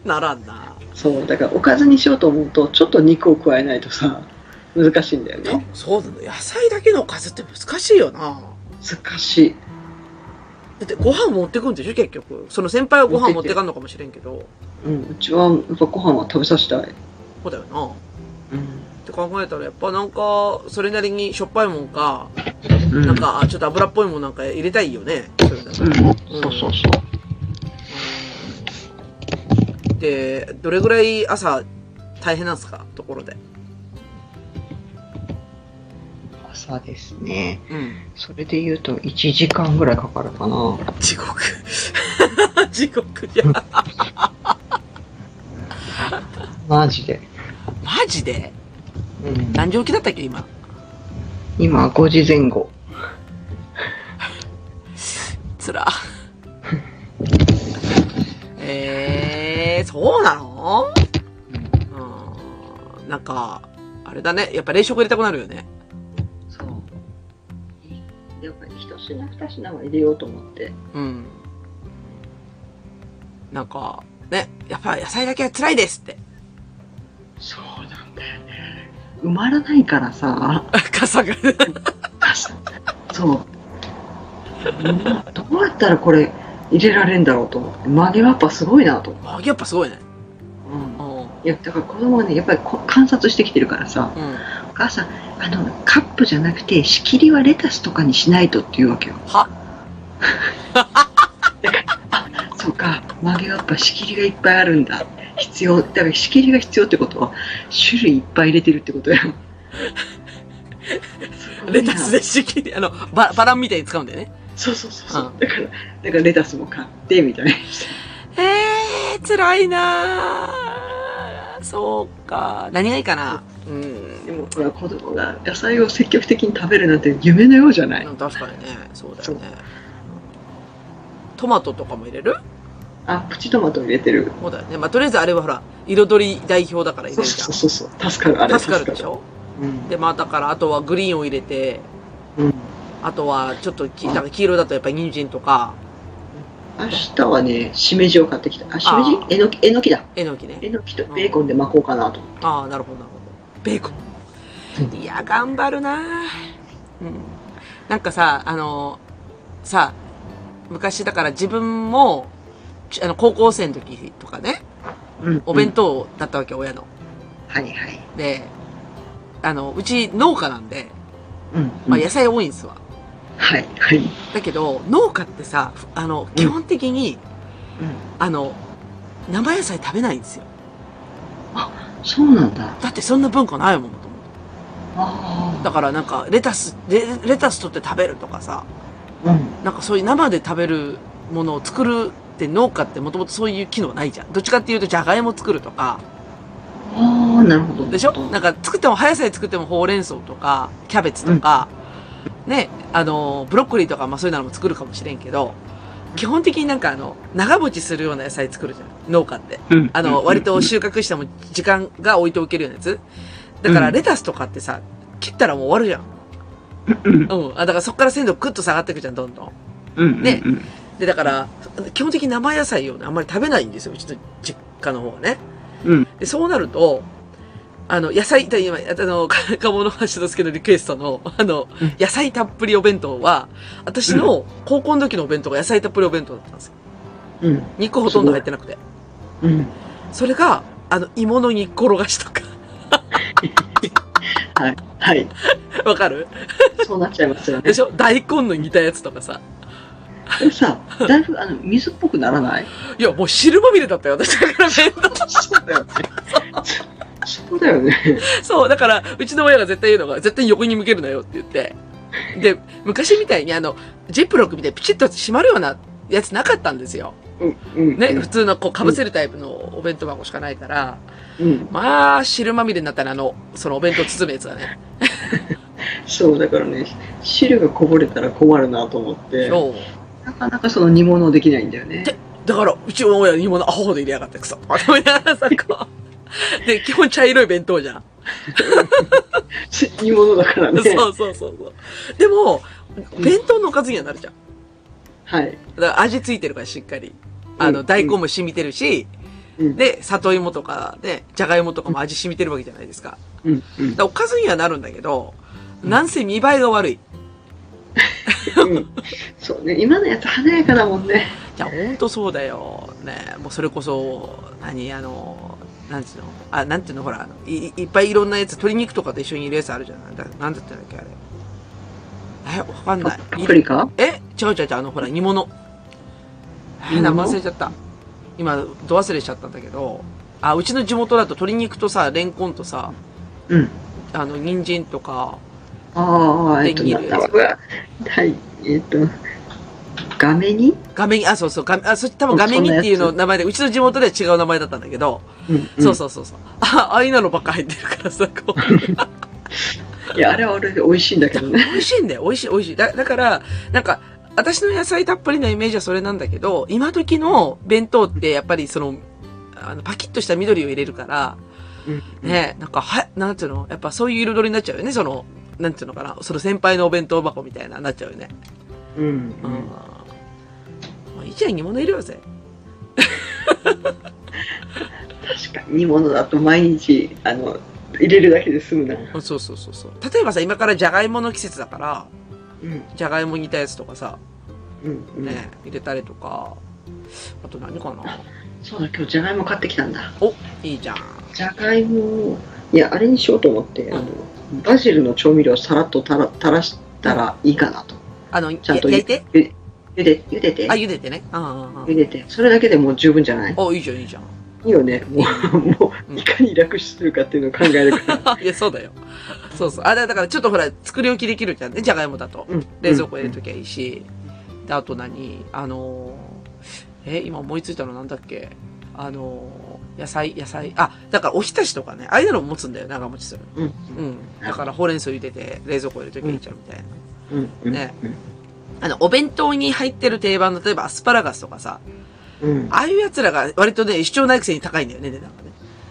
ならんな。 そう、だからおかずにしようと思うと、ちょっと肉を加えないとさ、難しいんだよね。 そうだね。野菜だけのおかずって難しいよな。 難しい。 だってご飯持ってくんでしょ、結局。その先輩はご飯持ってかんのかもしれんけど。 うん、うちはやっぱご飯は食べさせたい。 そうだよな。うん。って考えたら、やっぱなんか、それなりにしょっぱいもんか、うん、なんか、ちょっと油っぽいもんなんか入れたいよね。それだと。うん、そうそうそう。で、どれぐらい朝大変なんですか？ところで。 朝ですね。うん。それで言うといちじかんぐらいかかるかな。 地獄。地獄じゃん。 マジで。 マジで？ うん。 何時起きだったっけ、今。 今ごじぜん後。 つら。えー、そうなの？うん。なんか、あれだね。やっぱ冷食入れたくなるよね。 そう。やっぱり一品二品は入れようと思って。 うん。なんか、ね、やっぱ野菜だけは辛いですって。 そうなんだよね。埋まらないからさ。 傘が。 そう。どうやったらこれ入れられるんだろうと思って。曲げわっぱすごいなと思って。 曲げわっぱすごいね。 うん。いや、だから子供はね、やっぱり観察してきてるからさ、うん、お母さん、あの、カップじゃなくて、仕切りはレタスとかにしないとって言うわけよ。 はだからあ、そうか、曲げわっぱ仕切りがいっぱいあるんだ。必要。だから仕切りが必要ってことは、種類いっぱい入れてるってことや。 レタスで仕切り、あの、ババランみたいに使うんだよね。 そうそうそうそう、うん。だから、だからレタスも買って、みたいな。 えー、辛いなぁ。そうか。何がいいかな。 うん。でも、ほら、子供が野菜を積極的に食べるなんて夢のようじゃない？ うん、確かにね。そうだよね。トマトとかも入れる？ あ、プチトマト入れてる。 そうだよね。まあ、とりあえずあれはほら、 彩り代表だから入れるじゃん。 そうそうそうそう。助かる、あれ。 助かるでしょ。うん。で、まあだから、あとはグリーンを入れて、うん。あとは、ちょっとき、なんか黄色だとやっぱり人参とか。 明日はね、しめじを買ってきた。あ、しめじえのき、えのきだ。 えのきね。 えのきとベーコンで巻こうかなと思って。 ああ、なるほど、なるほど。ベーコン。いや、頑張るなぁ。うん。なんかさ、あの、さ、昔だから自分も、あの、高校生の時とかね、うん、お弁当だったわけ、親の。 はいはい。 で、あの、うち農家なんで、 うん、 まあ野菜多いんですわ。 はいはい。 だけど、農家ってさ、あの、基本的に、うん、あの、生野菜食べないんですよ。 あ、そうなんだ。 だってそんな文化ないもん、もともと。 ああ。 だからなんか、レタス、レ、レタス取って食べるとかさ、うん、なんかそういう生で食べるものを作るって農家ってもともとそういう機能ないじゃん。どっちかっていうと、じゃがいも作るとか。 ああ、なるほど。 でしょ？なんか作っても、葉野菜作ってもほうれん草とか、キャベツとか、うん、ね、あの、ブロッコリーとか、まあそういうのも作るかもしれんけど、基本的になんかあの、長持ちするような野菜作るじゃん。農家って。うん、あの、割と収穫しても時間が置いておけるようなやつ。だからレタスとかってさ、切ったらもう終わるじゃん。うん。あ、だからそっから鮮度クッと下がっていくじゃん、どんどん。うん。ね。で、だから、基本的に生野菜をね、あんまり食べないんですよ、うちの実家の方はね。うん。で、そうなると、あの、野菜、今、あの、かもの橋之助のリクエストの、あの、うん、野菜たっぷりお弁当は、私の高校の時のお弁当が野菜たっぷりお弁当だったんですよ。うん。肉ほとんど入ってなくて。うん。それが、あの、芋の煮っころがしとか。 はい。はい。 わかる？ そうなっちゃいますよね。 でしょ？大根の煮たやつとかさ。 でもさ、だいぶ、あの、水っぽくならない？ いや、もう汁まみれだったよ、私だから弁当。 そうだよね。そうだよね。 そう、だから、うちの親が絶対言うのが、絶対横に向けるなよって言って。で、昔みたいにあの、ジップロックみたいにピチッと閉まるようなやつなかったんですよ。うんうん、ね、うん、普通のこう被せるタイプのお弁当箱しかないから、うん、まあ、汁まみれになったらあの、そのお弁当包むやつがね。 そう、だからね、汁がこぼれたら困るなと思って、そうなかなかその煮物できないんだよね。 だから、うちの親煮物アホほど入れやがってくそ。まとめながらさ、こう。で、基本茶色い弁当じゃん。 煮物だからね。 そうそうそうそう。でも、弁当のおかずにはなるじゃん。 はい。 だから味ついてるからしっかり。あの、大根も染みてるし、うん、で、里芋とかね、じゃがいもとかも味染みてるわけじゃないですか。うんうん、だからおかずにはなるんだけど、なんせ見栄えが悪い。 うん、そうね、今のやつ華やかだもんね。 いや、ほんとそうだよ。ね、もうそれこそ、何、あの、なんつうのあ、なんていうのほら、い、いっぱいいろんなやつ、鶏肉とかと一緒に入れるやつあるじゃない。だなんだったんだっけ、あれ。え、わかんない。 パプリカ？ え違う違う違う、あの、ほら、煮物。え、名前忘れちゃった。今、ど忘れしちゃったんだけど、あ、うちの地元だと鶏肉とさ、レンコンとさ、うん。あの、人参とか、 ああ、えっと、なんだはい、えっと、ガメニガメニ、あ、そうそう、ガメ、あ、そ多分ガメニっていうの名前で、うちの地元では違う名前だったんだけど、うん、うん、そうそうそうそう。あ、ああいうのばっか入ってるからさ、こう。いや、あれはあれで美味しいんだけどね。 美味しいんだよ、美味しい、美味しい。だ、だから、なんか、私の野菜たっぷりのイメージはそれなんだけど、今時の弁当ってやっぱりその、あの、パキッとした緑を入れるから、うん、ね、なんか、は、なんていうのやっぱそういう彩りになっちゃうよね、その、なんていうのかな、その先輩のお弁当箱みたいな、なっちゃうよね。うん。うん。まあ、いいじゃん、煮物入れようぜ。 確かに、煮物だと毎日、あの、入れるだけで済むな。 そうそうそうそう。例えばさ、今からじゃがいもの季節だから、うん、じゃがいも煮たやつとかさ、うんうん、ね、入れたりとか、あと何かな。 そうだ、今日じゃがいも買ってきたんだ。 お、いいじゃん。 じゃがいも、いや、あれにしようと思って、うん、あの、バジルの調味料をさらっとたら垂らしたらいいかなと。 あの、ちゃんと焼いてゆゆで、ゆでて。 あ、ゆでてね。ああ、ゆでて。それだけでもう十分じゃない？ あ、いいじゃん、いいじゃん。 いいよね。もう、もう、いかに楽するかっていうのを考えるから。 いや、そうだよ。そうそう。あ、だからちょっとほら、作り置きできるじゃんね。じゃがいもだと。うん、冷蔵庫入れときゃいいし。うん、で、あと何あのー、え、今思いついたのなんだっけあのー、野菜、野菜。あ、だからおひたしとかね。ああいうのも持つんだよ、長持ちする。うん。うん。だからほうれん草茹でて、冷蔵庫入れときゃいいじゃん、みたいな。うん。ね。あの、お弁当に入ってる定番の、例えばアスパラガスとかさ。うん、ああいう奴らが割とね、主張ないくせに高いんだよね、値段がね。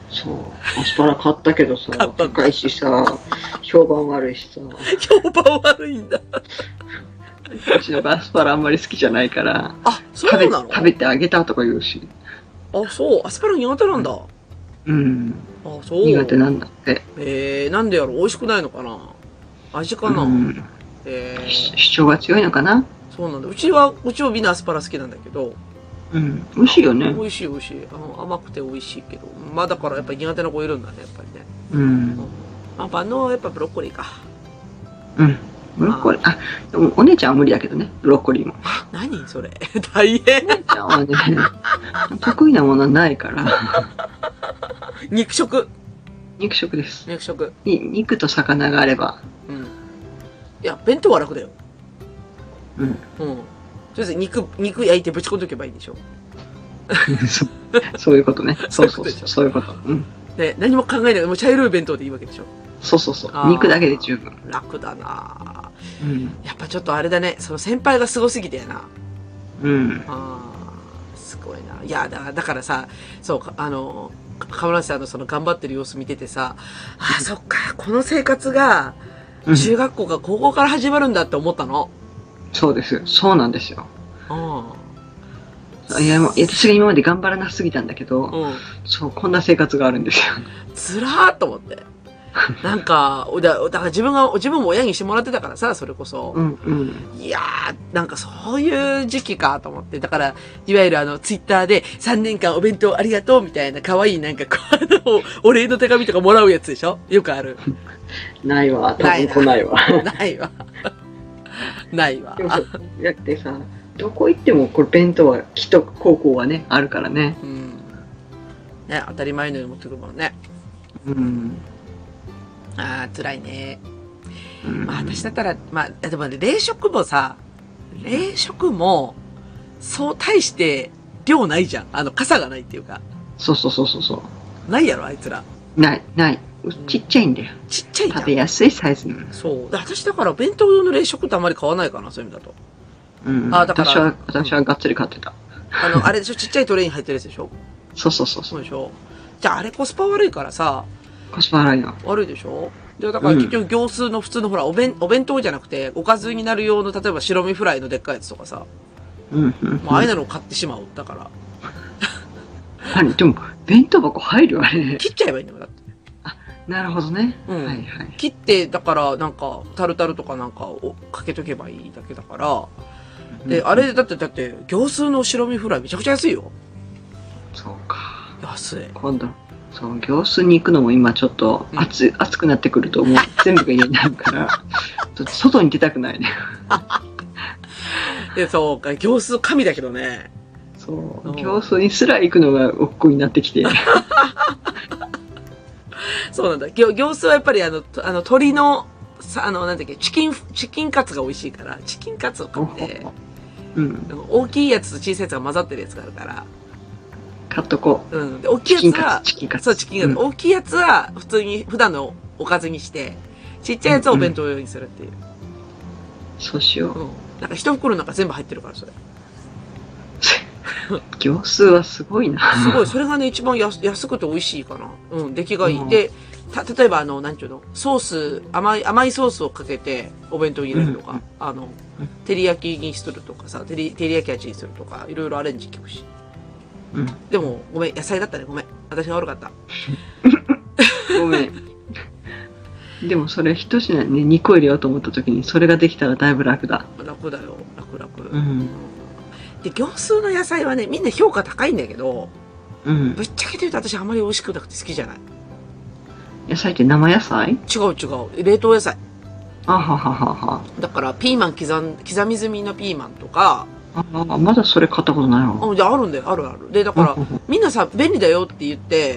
そう。アスパラ買ったけどさ、 買った高いしさ、評判悪いしさ。 評判悪いんだ。 うちのアスパラあんまり好きじゃないから、 あ、そう食べなの？ 食べてあげたとか言うし。 あ、そう。アスパラ苦手なんだ。 うん。 あ、そう。 苦手なんだって。 えー、なんでやろう？美味しくないのかな？味かな？ うん、 えー、 主張が強いのかな？ そうなんだ。うちは、うちはみんなアスパラ好きなんだけど。 うん。美味しいよね。 美味しい美味しい。あの、甘くて美味しいけど。まあだからやっぱり苦手な子いるんだね、やっぱりね。 うん。うん、 まあ万能はやっぱブロッコリーか。 うん。ブロッコリー、あ、でもお姉ちゃんは無理だけどね、ブロッコリーも。 何それ大変。 お姉ちゃんはね、得意なものはないから。 肉食。 肉食です。 肉食。 に肉と魚があれば。 うん。いや、弁当は楽だよ。 うん。うん。 とりあえず肉、肉焼いてぶち込んどけばいいでしょ。 そそういうことね。そうそうそう。そういうこと。うん。 で、何も考えない。もう茶色い弁当でいいわけでしょ。 そうそうそう。肉だけで十分。 楽だなぁ。 うん。 やっぱちょっとあれだね。その先輩がすごすぎてやな。 うん。 ああ、すごいな。いや、だからだからさ、そうか、あの、河村さんのその頑張ってる様子見ててさ、ああ、そっか、この生活が、中学校か高校から始まるんだって思ったの。 うん、そうです。そうなんですよ。 うん。 いや、私が今まで頑張らなすぎたんだけど、うん、そう、こんな生活があるんですよ。 つらーっと思って。なんか、だだから自分が、自分も親にしてもらってたからさ、それこそ。 うんうん、 いやー、なんかそういう時期かと思って。だから、いわゆるあの、ツイッターでさんねんかんお弁当ありがとうみたいな可愛いなんか、こう、お礼の手紙とかもらうやつでしょ？よくある。 ないわ。多分来ないわ。 ないわ。ないわ。 だってさ、どこ行ってもこれ弁当は、きっと高校はね、あるからね。 うん。ね、当たり前のように持ってくるもんね。 うん。 ああ、辛いね。まあ私だったら、まあ、でもね、冷食もさ、冷食も、そう大して量ないじゃん。あの、傘がないっていうか。 そうそうそうそうそう。 ないやろ、あいつら。 ない、ない。ちっちゃいんだよ。 ちっちゃいじゃん。 食べやすいサイズなの。 そう。私だから弁当用の冷食ってあんまり買わないかな、そういう意味だと。 うん。あ、だから。私は、私はがっつり買ってた。 あの、あれでしょ、ちっちゃいトレイに入ってるやつでしょ？ そうそうそう。 そうでしょ。じゃああれコスパ悪いからさ、 コスパ悪いな。 悪いでしょ？で、だから結局行数の普通のほら、お弁、お弁当じゃなくて、おかずになる用の、例えば白身フライのでっかいやつとかさ。 うん、うん。 もうああいうのを買ってしまう。だから。 何でも、弁当箱入るあれ。 切っちゃえばいいんだよ、だって。 あ、なるほどね。 うん。 はいはい。 切って、だから、なんか、タルタルとかなんかをかけとけばいいだけだから。で、あれ、だって、だって、行数の白身フライめちゃくちゃ安いよ。 そうか。 安い。 今度。そう、行数に行くのも今ちょっと暑、うん、暑くなってくるともう全部が家になるから、ちょっと外に出たくないね。 で、そうか、行数神だけどね。 そう、行数にすら行くのが億劫になってきて。 そうなんだ。行、行数はやっぱりあの、あの、鶏の、さ、あの、なんだっけ、チキン、チキンカツが美味しいから、チキンカツを買って、うん、大きいやつと小さいやつが混ざってるやつがあるから、 買っとこう。うん。で、大きいやつは、 チキンカツ。 そう、チキンカツ。うん、大きいやつは、普通に、普段のおかずにして、ちっちゃいやつをお弁当用にするっていう。うんうん、 そうしよう。 うん。なんか一袋なんか全部入ってるから、それ。 行数はすごいな。 すごい。それがね、一番安安くて美味しいかな。うん。出来がいい。うん、で、た、例えばあの、なんちゅうの、ソース、甘い、甘いソースをかけて、お弁当に入れるとか、うん、あの、照り焼きにするとかさ、照り、照り焼き味にするとか、いろいろアレンジ効くし。うん、でも、ごめん、野菜だったね、ごめん。私が悪かった。 ごめん。でもそれ一品ね、にこ入れようと思った時に、それができたらだいぶ楽だ。 楽だよ、楽々。 うん。 で、業数の野菜はね、みんな評価高いんだけど、 うん。 ぶっちゃけて言うと私あんまり美味しくなくて好きじゃない。 野菜って生野菜？ 違う違う。冷凍野菜。 あはははは。 だから、ピーマン刻ん、刻み済みのピーマンとか、 ああ、まだそれ買ったことないわ。 あ、じゃああるんだよ、あるある。で、だから、みんなさ、便利だよって言って、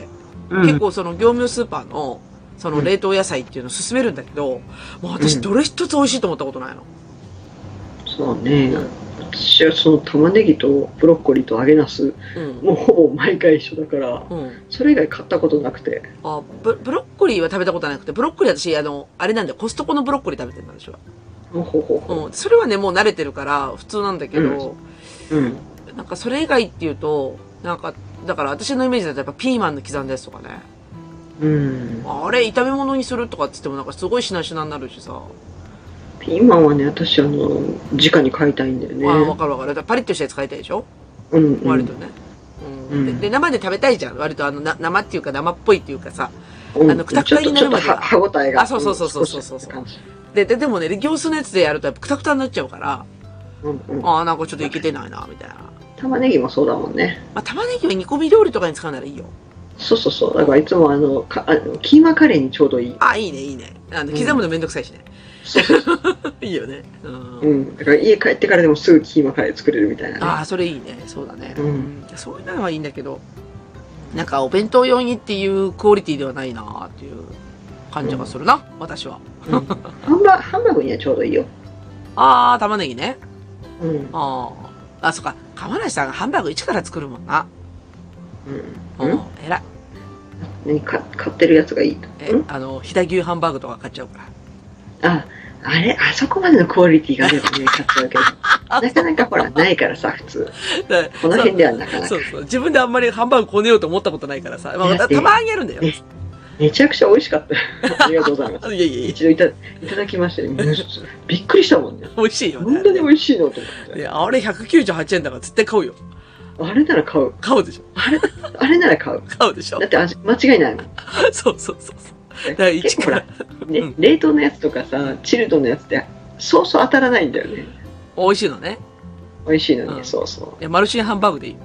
うん、結構その業務スーパーの、その冷凍野菜っていうのを勧めるんだけど、もう私どれ一つ美味しいと思ったことないの。 うん、そうね。私はその玉ねぎとブロッコリーと揚げナス、うん、もうほぼ毎回一緒だから、うん、それ以外買ったことなくて。 あ、ブ、ブロッコリーは食べたことなくて、ブロッコリー私、あの、あれなんだよ、コストコのブロッコリー食べてるんでしょ。 ほほほほ。 うん。それはね、もう慣れてるから普通なんだけど、 うん。うん、 なんかそれ以外っていうと、なんか、だから私のイメージだとやっぱピーマンの刻んだやつとかね。 うん。 あれ、炒め物にするとかっつってもなんかすごいしなしなになるしさ。 ピーマンはね、私あの、直に買いたいんだよね。 ああ、わかるわかる。パリッとしたやつ買いたいでしょ？ うん、うん。 割とね。うん。で、で生で食べたいじゃん。割とあの、な生っていうか生っぽいっていうかさ。 うん、 あの、くたくたになるまでは。 歯応えが。 あ、そうそうそうそうそうそう。で、で、でもね、行数のやつでやるとやっぱくたくたになっちゃうから、うんうん、ああ、なんかちょっといけてないな、みたいな。 玉ねぎもそうだもんね。 まあ、玉ねぎは煮込み料理とかに使うならいいよ。 そうそうそう。だからいつもあの、かあのキーマカレーにちょうどいい。 あ、いいね、いいね。あの、刻むのめんどくさいしね。 そうそうそう。 いいよね。うん。 うん。だから家帰ってからでもすぐキーマカレー作れるみたいな、ね。 ああ、それいいね。そうだね。 うん。 そういうのはいいんだけど、なんかお弁当用にっていうクオリティではないなーっていう感じがするな、うん、私は。 うん、ハンバハンバーグにはちょうどいいよ。 ああ、玉ねぎね。 うん。 ああ。あ、そっか。釜梨さんがハンバーグ一から作るもんな。うん。うん。えらい。 何か買ってるやつがいいと。 え、あの、飛騨牛ハンバーグとか買っちゃうから。 あ、あれ、あそこまでのクオリティがあればね、買っちゃうけど。なかなかほら、ないからさ、普通。この辺ではなかなか。 そうそう。自分であんまりハンバーグこねようと思ったことないからさ。まあ、たまにやるんだよ。 めちゃくちゃ美味しかったよ。ありがとうございます。 いやいやいや。 一度いたいただきましたよ。びっくりしたもんね。 美味しいよね。 こんなに美味しいのと思って。 いや、あれひゃくきゅうじゅうはちえんだから絶対買うよ。 あれなら買う。 買うでしょ。 あれ、あれなら買う。 買うでしょ。 だって味、間違いないもん。 そうそうそうそう。だから一から。 ね、うん、冷凍のやつとかさ、チルドのやつって、そうそう当たらないんだよね。 美味しいのね。 美味しいのに、うん、そうそう。 いや、マルシンハンバーグでいい。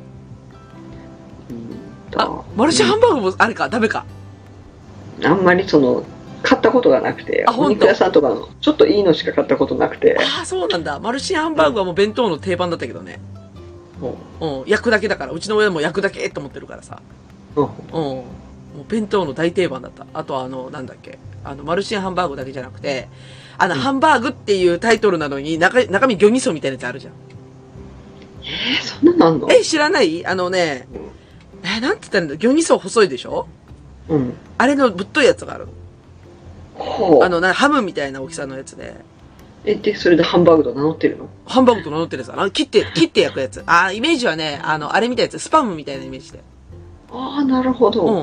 うん、あ、マルシンハンバーグもあれか、ダメか。 あんまりその、買ったことがなくて、お肉屋さんとかの、ちょっといいのしか買ったことなくて。 ああ、そうなんだ。マルシンハンバーグはもう弁当の定番だったけどね。うん、うん、焼くだけだから、うちの親も焼くだけって思ってるからさ。うん。うん。もう弁当の大定番だった。あとはあの、なんだっけ。あの、マルシンハンバーグだけじゃなくて、あの、うん、ハンバーグっていうタイトルなのに、中、中身魚味噌みたいなやつあるじゃん。 えー、そんなのあんの？ え、知らない？あのね、えー、なんて言ったらいいんだ？魚味噌細いでしょ？うん。あれのぶっといやつがある。ほう。あの、な、ハムみたいな大きさのやつで。 え、で、それでハンバーグと名乗ってるの？ ハンバーグと名乗ってるやつ。あの、切って、切って焼くやつ。あ、イメージはね、あの、あれみたいなやつ。スパムみたいなイメージで。 ああ、なるほど。うん。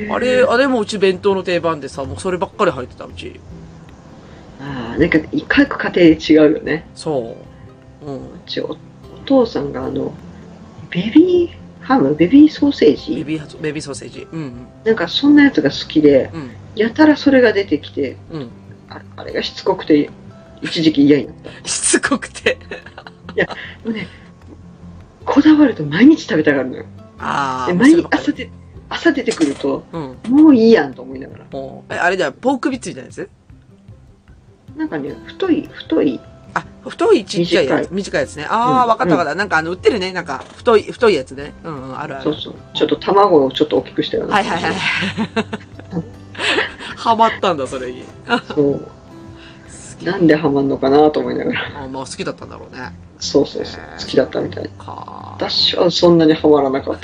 あれ、あれもうち弁当の定番でさ、もうそればっかり入ってた、うち。 ああ、なんか、各家庭で違うよね。 そう。うん。うちお、お父さんがあの、ベビーハムベビーソーセージベビー、ベビーソーセージ。うん、うん。 なんかそんなやつが好きで、うん、やたらそれが出てきて、うん、あ, あれがしつこくて、一時期嫌になった。 しつこくていや、もうね、こだわると毎日食べたがるのよ。ああ。毎日朝で、朝出てくると、うん、もういいやんと思いながら。 え、あれじゃポークビッツみたいなやつ？ なんかね、太い、太い。 あ、太いちっちゃいやつ。短いやつね。ああ、わ、うん、かったわかった。なんかあの、売ってるね。なんか、太い、太いやつね。うん、うん、あるある。 そうそう。ちょっと卵をちょっと大きくしたような。 はいはいはい。ハマったんだ、それに。そう。 なんでハマんのかなと思いながら。 あ、まあ好きだったんだろうね。 そうそうそう。好きだったみたい。私はそんなにハマらなかった。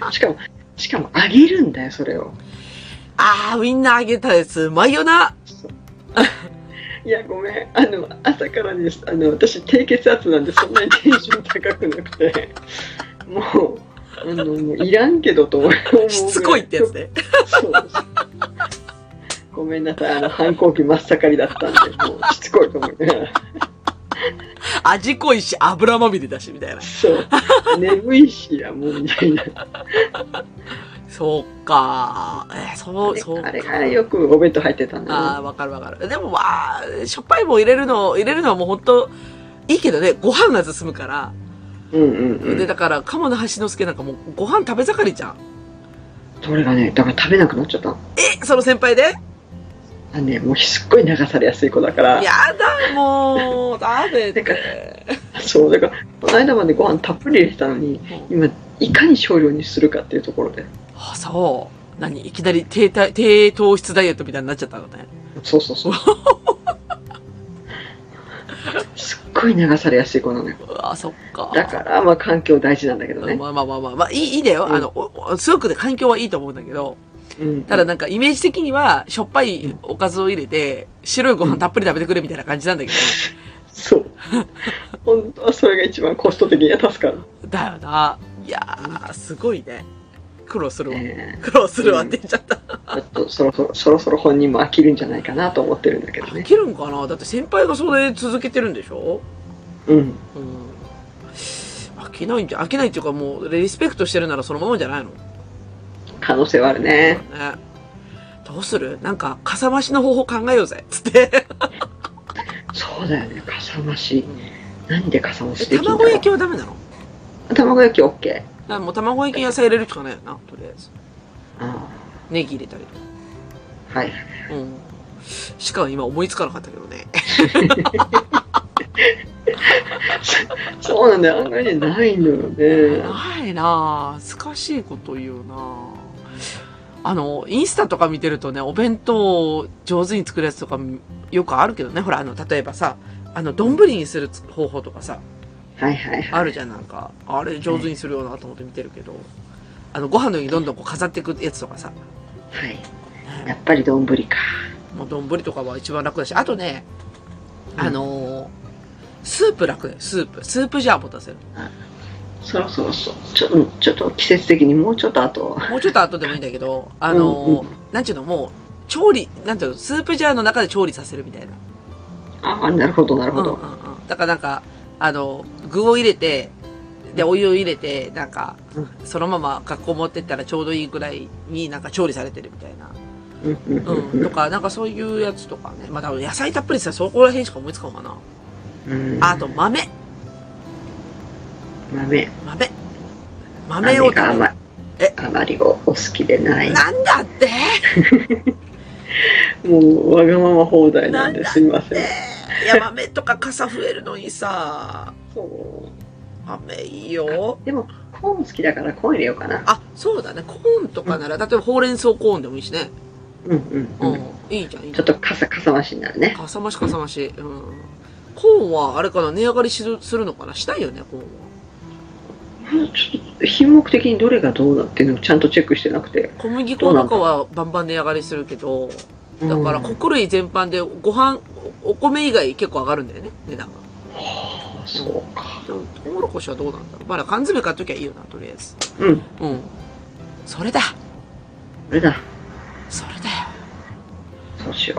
しかも、しかも揚げるんだよ、それを。 ああ、ウインナー揚げたやつ、うまいよな。 いや、ごめん。あの、朝からです。あの、私、低血圧なんで、そんなにテンション高くなくて、もう、あの、もういらんけどと思う。 しつこいってやつね。そうです。 ごめんなさい。あの、反抗期真っ盛りだったんで、もう、しつこいと思いながら。 味濃いし、油まみれだし、みたいな。 そう。眠いしや、もう、みたいな。 そうか。えー、そう、そうか。 あれがよくお弁当入ってたんだよね。 ああ、わかるわかる。でもまあ、しょっぱいもん入れるの、入れるのはもうほんと、いいけどね、ご飯が進むから。うんうんうん。で、だから、鴨の橋之助なんかもうご飯食べ盛りじゃん。 それがね、だから食べなくなっちゃった。 え、その先輩で？ あね、もうすっごい流されやすい子だから。 やだ、もう、食べて。 そう、だから、この間までご飯たっぷり入れてたのに、今、いかに少量にするかっていうところで。 あ、そう。何いきなり低体、低糖質ダイエットみたいになっちゃったのね。 そうそうそう。すっごい流されやすい子なのよ。 あ、そっか。 だから、まあ環境大事なんだけどね。 まあまあまあまあ、まあいい、いいだよ。うん、あの、すごくね、環境はいいと思うんだけど、うん、ただなんかイメージ的には、しょっぱいおかずを入れて、白いご飯たっぷり食べてくれみたいな感じなんだけど。 そう。本当はそれが一番コスト的には助かる。 だよな。いやー、すごいね。 苦労するわ。 ね苦労するわって言っちゃった。 ちょっとそろそろ、そろそろ本人も飽きるんじゃないかなと思ってるんだけどね。 飽きるんかな。だって先輩がそれ続けてるんでしょ。 うん。うん。 飽きないんじゃ、飽きないっていうかもう、リスペクトしてるならそのままじゃないの？ 可能性はあるね。 ね。どうする？なんか、かさ増しの方法考えようぜ。つって。 そうだよね、かさ増し。うん、何でかさ増しできんだろう？卵焼きはダメなの？ 卵焼き OK。 あ、もう卵焼きに野菜入れるしかないよな、とりあえず。ああ。ネギ入れたりと。はい。 うん。しかも今思いつかなかったけどね。 そうなんだよ、案外ね、ないのよね。 ないなぁ。難しいこと言うなぁ。あの、インスタとか見てるとね、お弁当を上手に作るやつとかよくあるけどね。ほら、あの、例えばさ、あの、丼にする方法とかさ。 はいはいはい。 あるじゃん、なんか。あれ上手にするよなと思って見てるけど。あの、ご飯の上にどんどんこう飾っていくやつとかさ。 はい。やっぱり丼か。 もう丼とかは一番楽だし。あとね、あのー、スープ楽だよ、スープ。スープジャー持たせる。 そろそろそう。ちょっと、ちょっと季節的にもうちょっと後。 もうちょっと後でもいいんだけど、あのー、うんうん、なんちゅうの、もう、調理、なんていうの、スープジャーの中で調理させるみたいな。 ああ、なるほど、なるほど。 うんうんうん。だからなんか、あの、具を入れて、で、お湯を入れて、なんか、うん、そのまま学校持ってったらちょうどいいぐらいになんか調理されてるみたいな。うん。とか、なんかそういうやつとかね。まあ、多分野菜たっぷりさ、そこら辺しか思いつかんかな。うん。あと、豆。 豆。 豆。豆を食べる。 豆え、あまりおお好きでない。 なんだってもう、わがまま放題なんですいません。 いや、豆とか傘増えるのにさ。 そう。 豆いいよ。 でも、コーン好きだからコーン入れようかな。 あ、そうだね。コーンとかなら、うん、例えばほうれん草コーンでもいいしね。 うんうんうん。うん、 いいじゃん、いいじゃん。 ちょっとかさ、かさ増しになるね。 かさ増しかさ増し。うん。コーンは、あれかな、値上がりするするのかな、したいよね、コーンは。 ちょっと、品目的にどれがどうなっていうのをちゃんとチェックしてなくて。 小麦粉とかはバンバン値上がりするけど、だから、穀類全般でご飯、お米以外結構上がるんだよね、値段が。 はあ、そうか。 トウモロコシはどうなんだろう。まだ缶詰買っときゃいいよな、とりあえず。 うん。 うん。それだ。 それだ。 それだよ。 そうしよう。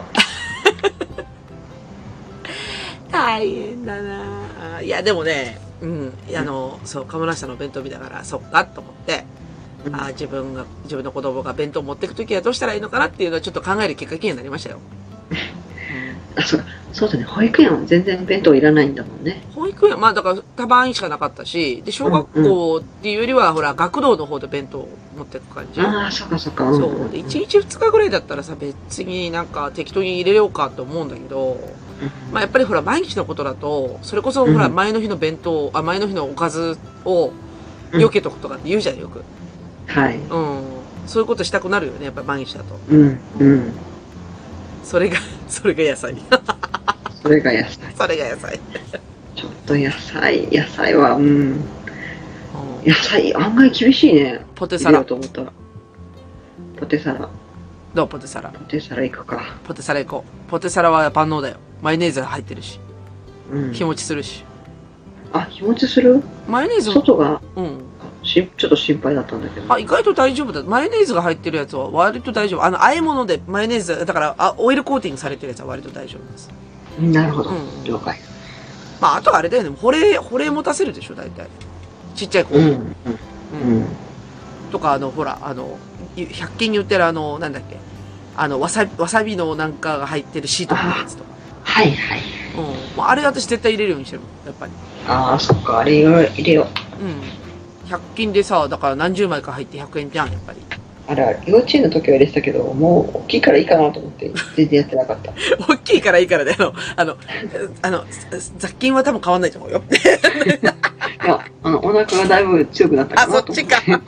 大変だな。いや、でもね、うん。あの、そう、鴨梨さんの弁当見ながら、そっか、と思って、うん、あ自分が、自分の子供が弁当持っていくときはどうしたらいいのかなっていうのをちょっと考えるきっかけになりましたよ。 あ、そうだ。そうだね。保育園は全然弁当いらないんだもんね。 保育園、まあだからたまにしかなかったし、で、小学校っていうよりは、うんうん、ほら、学童の方で弁当を持っていく感じ。 ああ、そっかそっか。 そう。で、いちにちふつかぐらいだったらさ、別になんか適当に入れようかと思うんだけど、うん、まあやっぱりほら、毎日のことだと、それこそほら、前の日の弁当、あ、前の日のおかずを避けとくとかって言うじゃん、よく。 はい。 うん。そういうことしたくなるよね、やっぱり毎日だと。 うん、うん。 それが、それが野菜。 それが野菜。 それが野菜。 ちょっと野菜、野菜は、うん。うん、野菜、案外厳しいね。 ポテサラ。 と思ったら。ポテサラ。 どうポテサラ。 ポテサラ行くか。 ポテサラ行こう。ポテサラは万能だよ。マヨネーズが入ってるし。うん。日持ちするし。 あ、日持ちする？ マヨネーズ外が、 うん。 し、ちょっと心配だったんだけど。 あ、意外と大丈夫だ。マヨネーズが入ってるやつは割と大丈夫。あの、和え物でマヨネーズ、だから、あ、オイルコーティングされてるやつは割と大丈夫です。 なるほど。 うん、 了解。 まあ、あとはあれだよね。保冷、保冷持たせるでしょ、大体。ちっちゃい子。うん。うん。うん。とか、あの、ほら、あの、ひゃく均に売ってるあの、なんだっけ。あの、わさび、わさびのなんかが入ってるシートのやつとか。 はいはい。 うん。あれ私絶対入れるようにしてるもん、やっぱり。 ああ、そっか、あれ入れよう。うん。ひゃく均でさ、だから何十枚か入ってひゃくえんじゃん、やっぱり。 あれ、幼稚園の時は入れてたけど、もう大きいからいいかなと思って、全然やってなかった。 大きいからいいからだよ。あの、あの、雑菌は多分変わんないと思うよ。 いや、あの、お腹がだいぶ強くなったかなと思って。 あ、そっちか。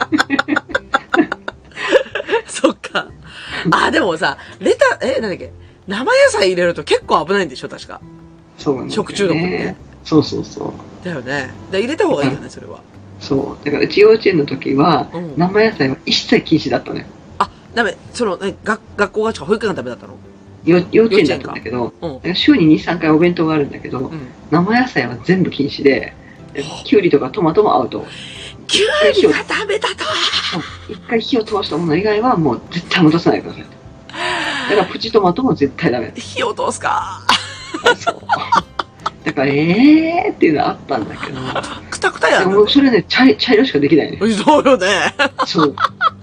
そっか。あ、でもさ、レタ、え、なんだっけ、生野菜入れると結構危ないんでしょ、確か。 そうなんだ、ね。 食中毒って。 そうそうそう。 だよね。で入れた方がいいよね、それは。 そう。だからうち幼稚園の時は、うん、生野菜は一切禁止だったね。 あ、ダメ。その、ね、学学校がしか保育園がダメだったの？ よ幼稚園だったんだけど、うん、週にに、さんかいお弁当があるんだけど、うん、生野菜は全部禁止で、きゅうりとかトマトもアウト。 きゅうりがダメだと。 一回火を通したもの以外はもう絶対戻さないでください。だからプチトマトも絶対ダメ。 火を通すか。 そう。だから、えーっていうのはあったんだけど。 くたくたやん。 でもそれね、茶茶色しかできないね。 そうよね。 そう。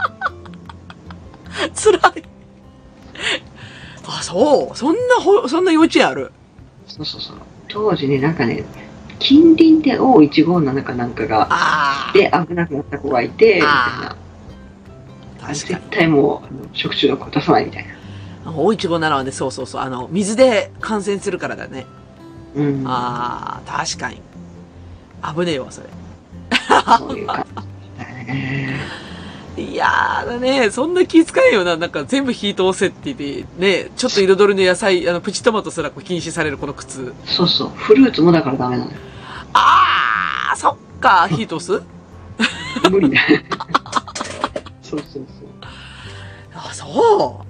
辛い。あ、そう。そんなほ、そんな幼稚園ある。 そうそうそう。当時ね、なんかね、近隣で オーいちごななかなんかが、で危なくなった子がいて、みたいな。絶対もう、あの食中毒を出さないみたいな。 オーいちごななはね、そうそうそう。あの、水で感染するからだね。 うん。 ああ、確かに。危ねえわ、それ。 そういう感じだね。 いやーだね、そんな気遣えよな。なんか全部火通せって言って、ね、ちょっと彩りの野菜、あの、プチトマトすら禁止されるこの靴。 そうそう。フルーツもだからダメなのよ。 あー、そっか、火通す無理だ。そうそうそう。 あ、そう。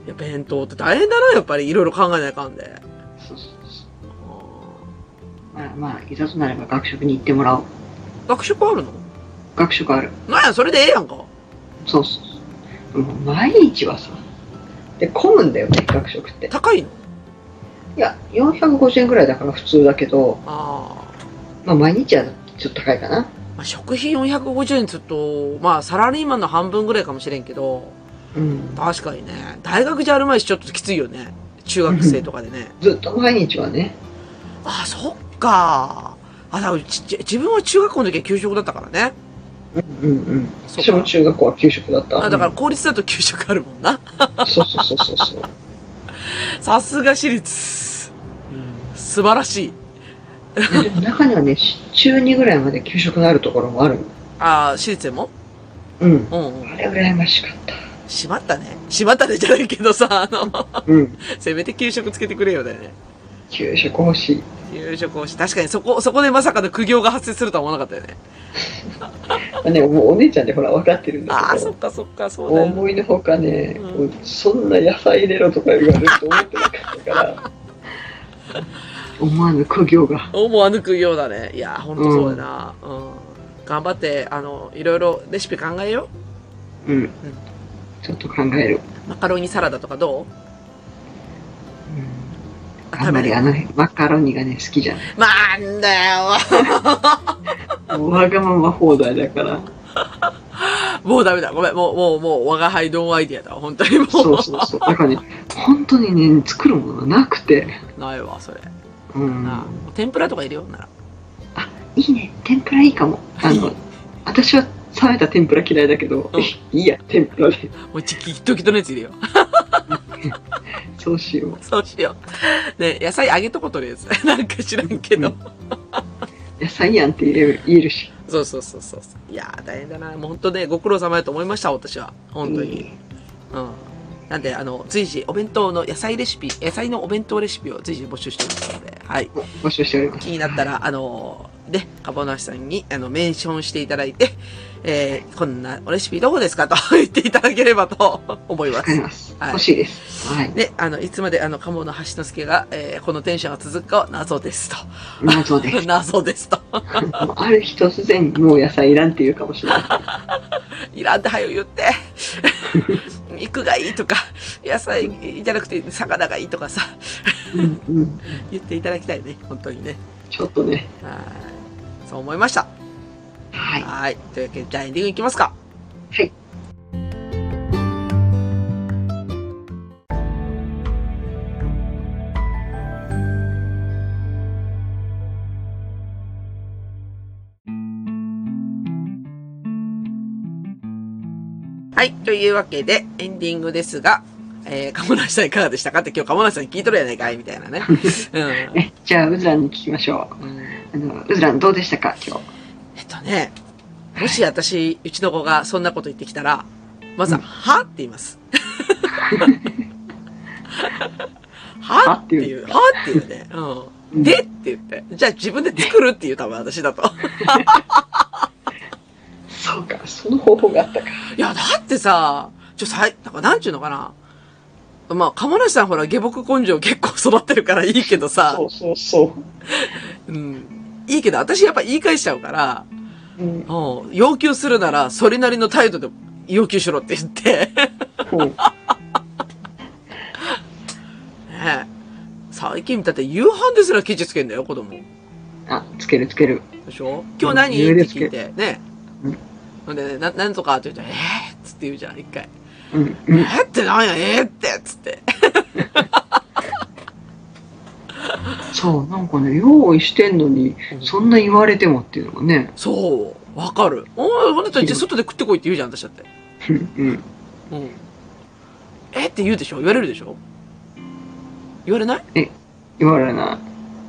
いや、弁当って大変だな、やっぱり。いろいろ考えないかんで。 そうそうそう。まあまあ、いざとなれば学食に行ってもらおう。 学食あるの？ 学食ある。 なんや、それでええやんか。 そうそうそう。もう毎日はさ。で、混むんだよね、学食って。 高いの？ いや、よんひゃくごじゅうえんぐらいだから普通だけど、 あまあ毎日はちょっと高いかな。 まあ、食費よんひゃくごじゅうえんつうと、まあサラリーマンの半分ぐらいかもしれんけど、 うん。 確かにね。大学じゃあるまいしちょっときついよね。中学生とかでね。 ずっと毎日はね。 あ、そっか。あ、だからち自分は中学校の時は給食だったからね。 うんうんうん。私も中学校は給食だった。 あ、だから公立だと給食あるもんな。 そうそうそうそうそう。 さすが私立。素晴らしい。 でも中にはね、中にぐらいまで給食のあるところもあるの。 ああ、私立でもうん。 うん、うん。 あれ羨ましかった。 しまったね。しまったねじゃないけどさ、あの、 うん。 せめて給食つけてくれよだよね。 給食欲しい。 給食欲しい。確かにそこ、そこでまさかの苦行が発生するとは思わなかったよね。 ね、もうお姉ちゃんでほら分かってるんだけど。 ああ、そっかそっか、そうだよ。 思いのほかね、 うん、 そんな野菜入れろとか言われると思ってなかったから。思わぬ苦行が。 思わぬ苦行だね。いや、ほんとそうだな。うん。うん、頑張って、あの、いろいろレシピ考えよう。うん。うん、ちょっと考える。 マカロニサラダとかどう？ あんまりあのマカロニがね、好きじゃない。 まあんだよ。わがまま放題だから。 もうダメだ。ごめん。もう、もう、もう、我が輩ドンアイディアだ。本当にもう。 そうそうそう。だからね、本当にね、作るものがなくて。 ないわ、それ。 うん。 ああ、天ぷらとかいるよ、なら。 あ、いいね。天ぷらいいかも。あの、私は冷めた天ぷら嫌いだけど、うん、いいや、天ぷらで。 もうチキッときとのやつ入れよ。 そうしよう。 そうしよう。ね、野菜揚げとことりあえず。なんか知らんけど。 野菜やんって言える、言えるし。 そうそうそうそう。いやー、大変だな。もう本当ね、ご苦労様やと思いました、私は。本当に。うん。なんで、あの、随時、お弁当の野菜レシピ、野菜のお弁当レシピを随時募集しておりますので、はい。 募集しております。 気になったら、あの、ね、かぼなしさんに、あの、メンションしていただいて、えー、こんなレシピどこですかと言っていただければと思います。 わかります。 はい、 欲しいです。はい。 で、あの、いつまで、あの、鴨の橋之助が、えー、このテンションが続くかは謎ですと。 謎です。 謎ですと。 ある日突然、もう野菜いらんって言うかもしれない。 いらんって早よ言って。肉がいいとか、野菜じゃなくて魚がいいとかさ。うんうん、言っていただきたいね、本当にね。 ちょっとね。 はい。そう思いました。 はい。 はい。というわけで、じゃあエンディングいきますか。 はい。 はい。というわけで、エンディングですが、えー、鴨梨さんいかがでしたかって今日鴨梨さんに聞いとるやないかいみたいなね。うん、 えじゃあ、うずらんに聞きましょう。うん、あの、うずらんどうでしたか今日。 えっとね、もし私、うちの子がそんなこと言ってきたら、まずは、うん、はって言います。はっていう、はっていうね。うん。でって言って。じゃあ自分で作るっていう多分私だと。 そうか、その方法があったか。 いや、だってさ、ちょ、さい、なんかなんちゅうのかな。まあ、鴨梨さんほら、下僕根性結構育ってるからいいけどさ。 そうそうそう。 うん。いいけど、私やっぱ言い返しちゃうから、 うん。 うん。要求するなら、それなりの態度で要求しろって言って。 うん。 ねえ。最近だって夕飯ですらケチつけんだよ、子供。 あ、つけるつける。 でしょ今日何って聞いて、ね。 うん。 ほんで、な、なんとかって言うと、えーっつって言うじゃん、一回。 うん。うん。 えーってなんや、えーってつって。 そう、なんかね、用意してんのに、そんな言われてもっていうのがね。 そう、わかる。おい、ほんと、じゃあ外で食ってこいって言うじゃん、私だって。 うん。うん。 うん。えって言うでしょ言われるでしょ言われないえ、言われない。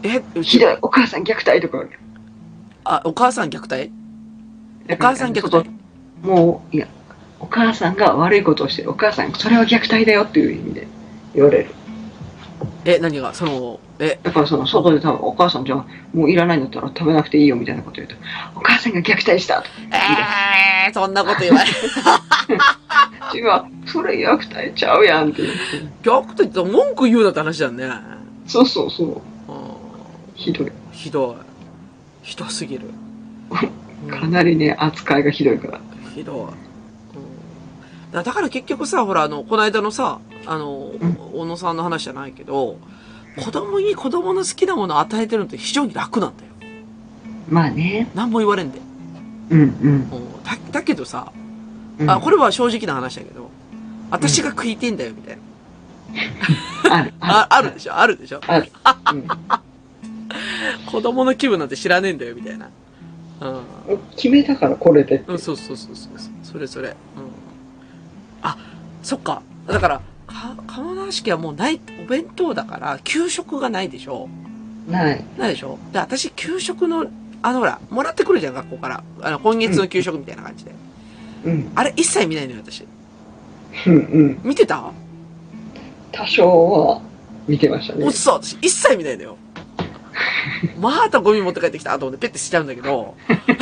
え、うちひどい、お母さん虐待とかある。 あ、お母さん虐待お母さん虐待もう、いや、お母さんが悪いことをしてる。お母さん、それは虐待だよっていう意味で言われる。 え、何がその、え、 だからその、外で多分お母さんじゃあ、もういらないんだったら食べなくていいよみたいなこと言うと、お母さんが虐待したとか言い出す。 えー、そんなこと言われる。 違う、それ虐待ちゃうやんって言って。 虐待って文句言うなって話だね。 そうそうそう。 うんひどい。 ひどい。ひどすぎる。 かなりね、扱いがひどいから。 ひどい。うんだだから結局さ、ほら、あの、この間のさ、あの、 うん小野さんの話じゃないけど、子供に子供の好きなものを与えてるのって非常に楽なんだよ。 まあね。 何も言われんで。 うんうん。 うんだだけどさ、 うんあ、これは正直な話だけど、私が食いてんだよ、みたいな。 ある、 あ、あるでしょあるでしょある。うん子供の気分なんて知らねえんだよ、みたいな。うん。 決めたからこれでってうん、そうそうそうそう。それそれ。うん。あ、そっか。だから、か、鴨川式はもうない、お弁当だから、給食がないでしょない。 ないでしょで、私、給食の、あのほら、もらってくるじゃん、学校から。あの、今月の給食みたいな感じで。 うん。 あれ、一切見ないのよ、私。 うんうん。 見てた多少は見てましたねおっ。そう、私、一切見ないのよ。またゴミ持って帰ってきたと思ってペッてしちゃうんだけど。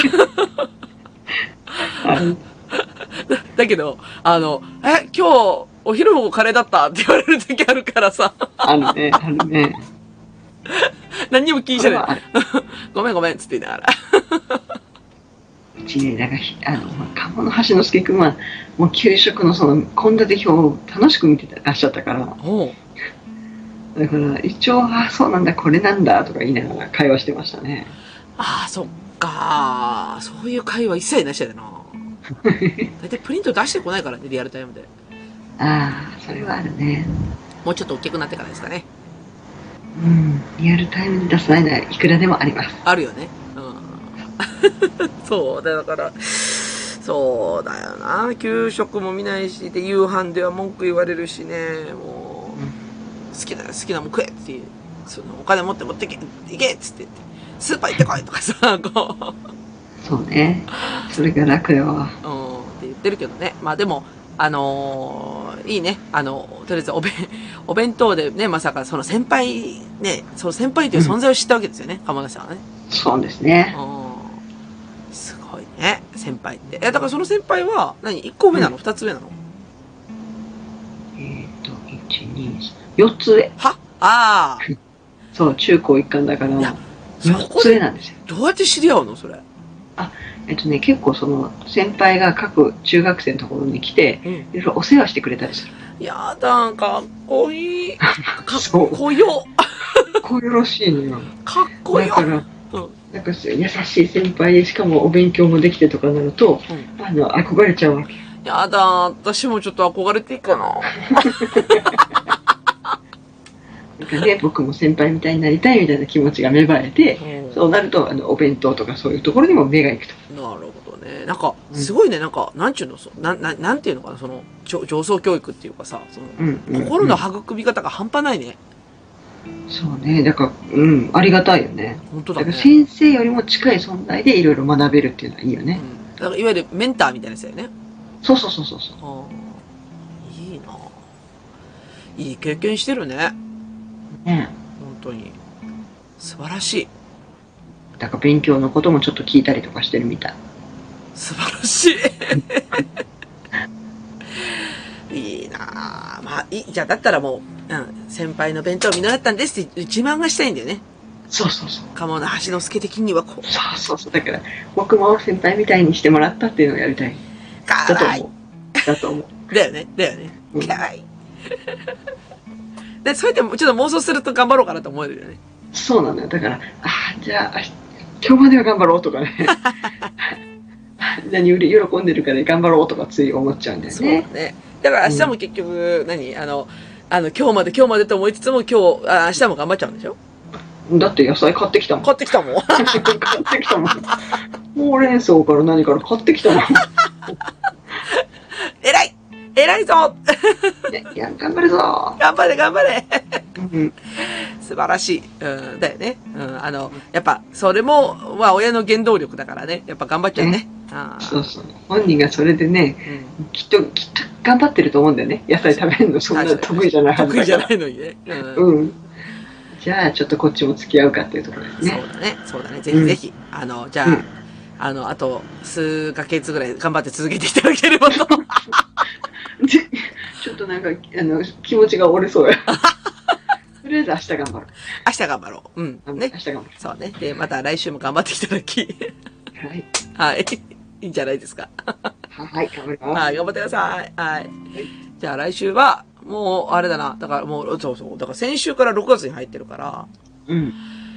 だだけど、あの、え、今日、お昼もカレーだったって言われる時あるからさ。 あるね、あるね。 何にも気にしてない。 ある。 ごめんごめんっつって言いながら。 うちね、だから、あの、鴨の橋之助くんは、もう給食のその、献立表を楽しく見てらっしゃったから、 おうだから、一応、あ、そうなんだ、これなんだ、とか言いながら会話してましたね。 ああ、そっか。そういう会話一切なしだよな。だいたいプリント出してこないからね、リアルタイムで。 ああ、それはあるね。 もうちょっと大きくなってからですかね。 うん、リアルタイムで出さないならいくらでもあります。 あるよね。うん。そう、だから、そうだよな。給食も見ないし、で、夕飯では文句言われるしね、もう、 うん好きな、好きなもん食えっていう、その、お金持って持ってけ、行けっつって言って、スーパー行ってこいとかさ、こそうね。それが楽よ。 う、うん、って言ってるけどね。まあでも、あのー、いいね。あの、とりあえずお弁、お弁当でね、まさかその先輩、ね、その先輩という存在を知ったわけですよね、鴨田さんはね。 そうですね。 うん。すごいね、先輩って。え、だからその先輩は、何、一個上なの二、つ上なのえっと、いち、に、よっつ上。 はああ。 そう、中高一貫だから、 いやよっつ上なんですよ。 どうやって知り合うのそれ。 えっとね、結構その、先輩が各中学生のところに来て、 うん。 いろいろお世話してくれたりする。 やだ、かっこいい。かっそうこよ。 こうよろしいのよ。 かっこよ。 だから、 うん。 なんかそう優しい先輩で、しかもお勉強もできてとかなると、 うん。 あの、憧れちゃうわけ。 やだ、私もちょっと憧れていいかな。 なんかね、僕も先輩みたいになりたいみたいな気持ちが芽生えて、 うんそうなると、あの、お弁当とかそういうところにも目が行くと。 なるほどね。なんか、すごいね、なんか、なんちゅうの、そな、な、なんていうのかな、その、上上層教育っていうかさ、その、 うんうんうん心の育み方が半端ないね。 そうね、だから、うん、ありがたいよね。 本当だね。 だから先生よりも近い存在でいろいろ学べるっていうのはいいよね。 うん。だからいわゆるメンターみたいなやつだよね。 そうそうそうそうそう。 ああ、いいな。いい経験してるね。 ね、 本当に。素晴らしい。 だから勉強のこともちょっと聞いたりとかしてるみたい。 素晴らしい。いいなぁ。まあ、いい。じゃあ、だったらもう、うん、先輩の弁当見習ったんですって自慢がしたいんだよね。 そうそうそう。 鴨の橋之助的にはこう。 そうそうそう。だから、僕も先輩みたいにしてもらったっていうのをやりたい。 かわいい。 だと思う。 だよね、だよね。 うんかわいい。で、そうやってちょっと妄想すると頑張ろうかなと思えるよね。 そうなのよ。だから、ああ、じゃあ、今日までは頑張ろうとかね。何より喜んでるから頑張ろうとかつい思っちゃうんだよね。 そうだね。だから明日も結局、何あの、あの、今日まで今日までと思いつつも今日、あ明日も頑張っちゃうんでしょ？ だって野菜買ってきたもん。 買ってきたもん。 買ってきたもん。ほうれん草から何から買ってきたもん。 偉い偉いぞいや、頑張るぞ頑張れ頑張れうん、 素晴らしい。うん、だよね。うん、あの、やっぱ、それも、まあ、親の原動力だからね。やっぱ頑張っちゃうね。あそうそう。本人がそれでね、 うん、 きっと、きっと頑張ってると思うんだよね。野菜食べるのそんな得意じゃないはずだから。 得意じゃないのにね。うん。 うん。じゃあ、ちょっとこっちも付き合うかっていうところですね。 そうだね。そうだね。ぜひぜひ。うん、あの、じゃあ、うん、あの、あと、数ヶ月ぐらい頑張って続けていただければと。 ちょっとなんか、あの、気持ちが折れそうや。とりあえず明日頑張ろう。 明日頑張ろう。うん。ね。 明日頑張ろう。 そうね。で、また来週も頑張っていただき。 はい。 はい。いいんじゃないですか。 はい、頑張ります。 はい、頑張ってください。はい。じゃあ来週は、もう、あれだな。だからもう、そうそう。だから先週からろくがつに入ってるから、 うん。 うん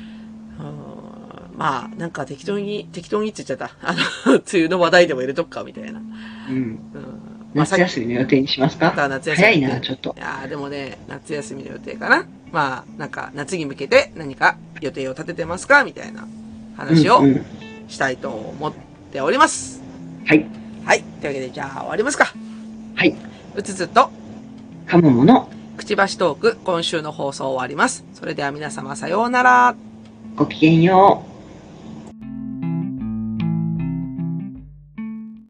まあ、なんか適当に、適当にって言っちゃった。あの、梅雨の話題でも入れとくか、みたいな。うん。 うん夏休みの予定にしますか？ 夏休み。 早いな、ちょっと。 いやでもね、夏休みの予定かな。まあ、なんか、夏に向けて何か予定を立ててますかみたいな話をしたいと思っております。 うんうん、はい。 はい。というわけで、じゃあ終わりますか。 はい。 うつつと、 かももの、 くちばしトーク、今週の放送終わります。それでは皆様さようなら。 ごきげんよう。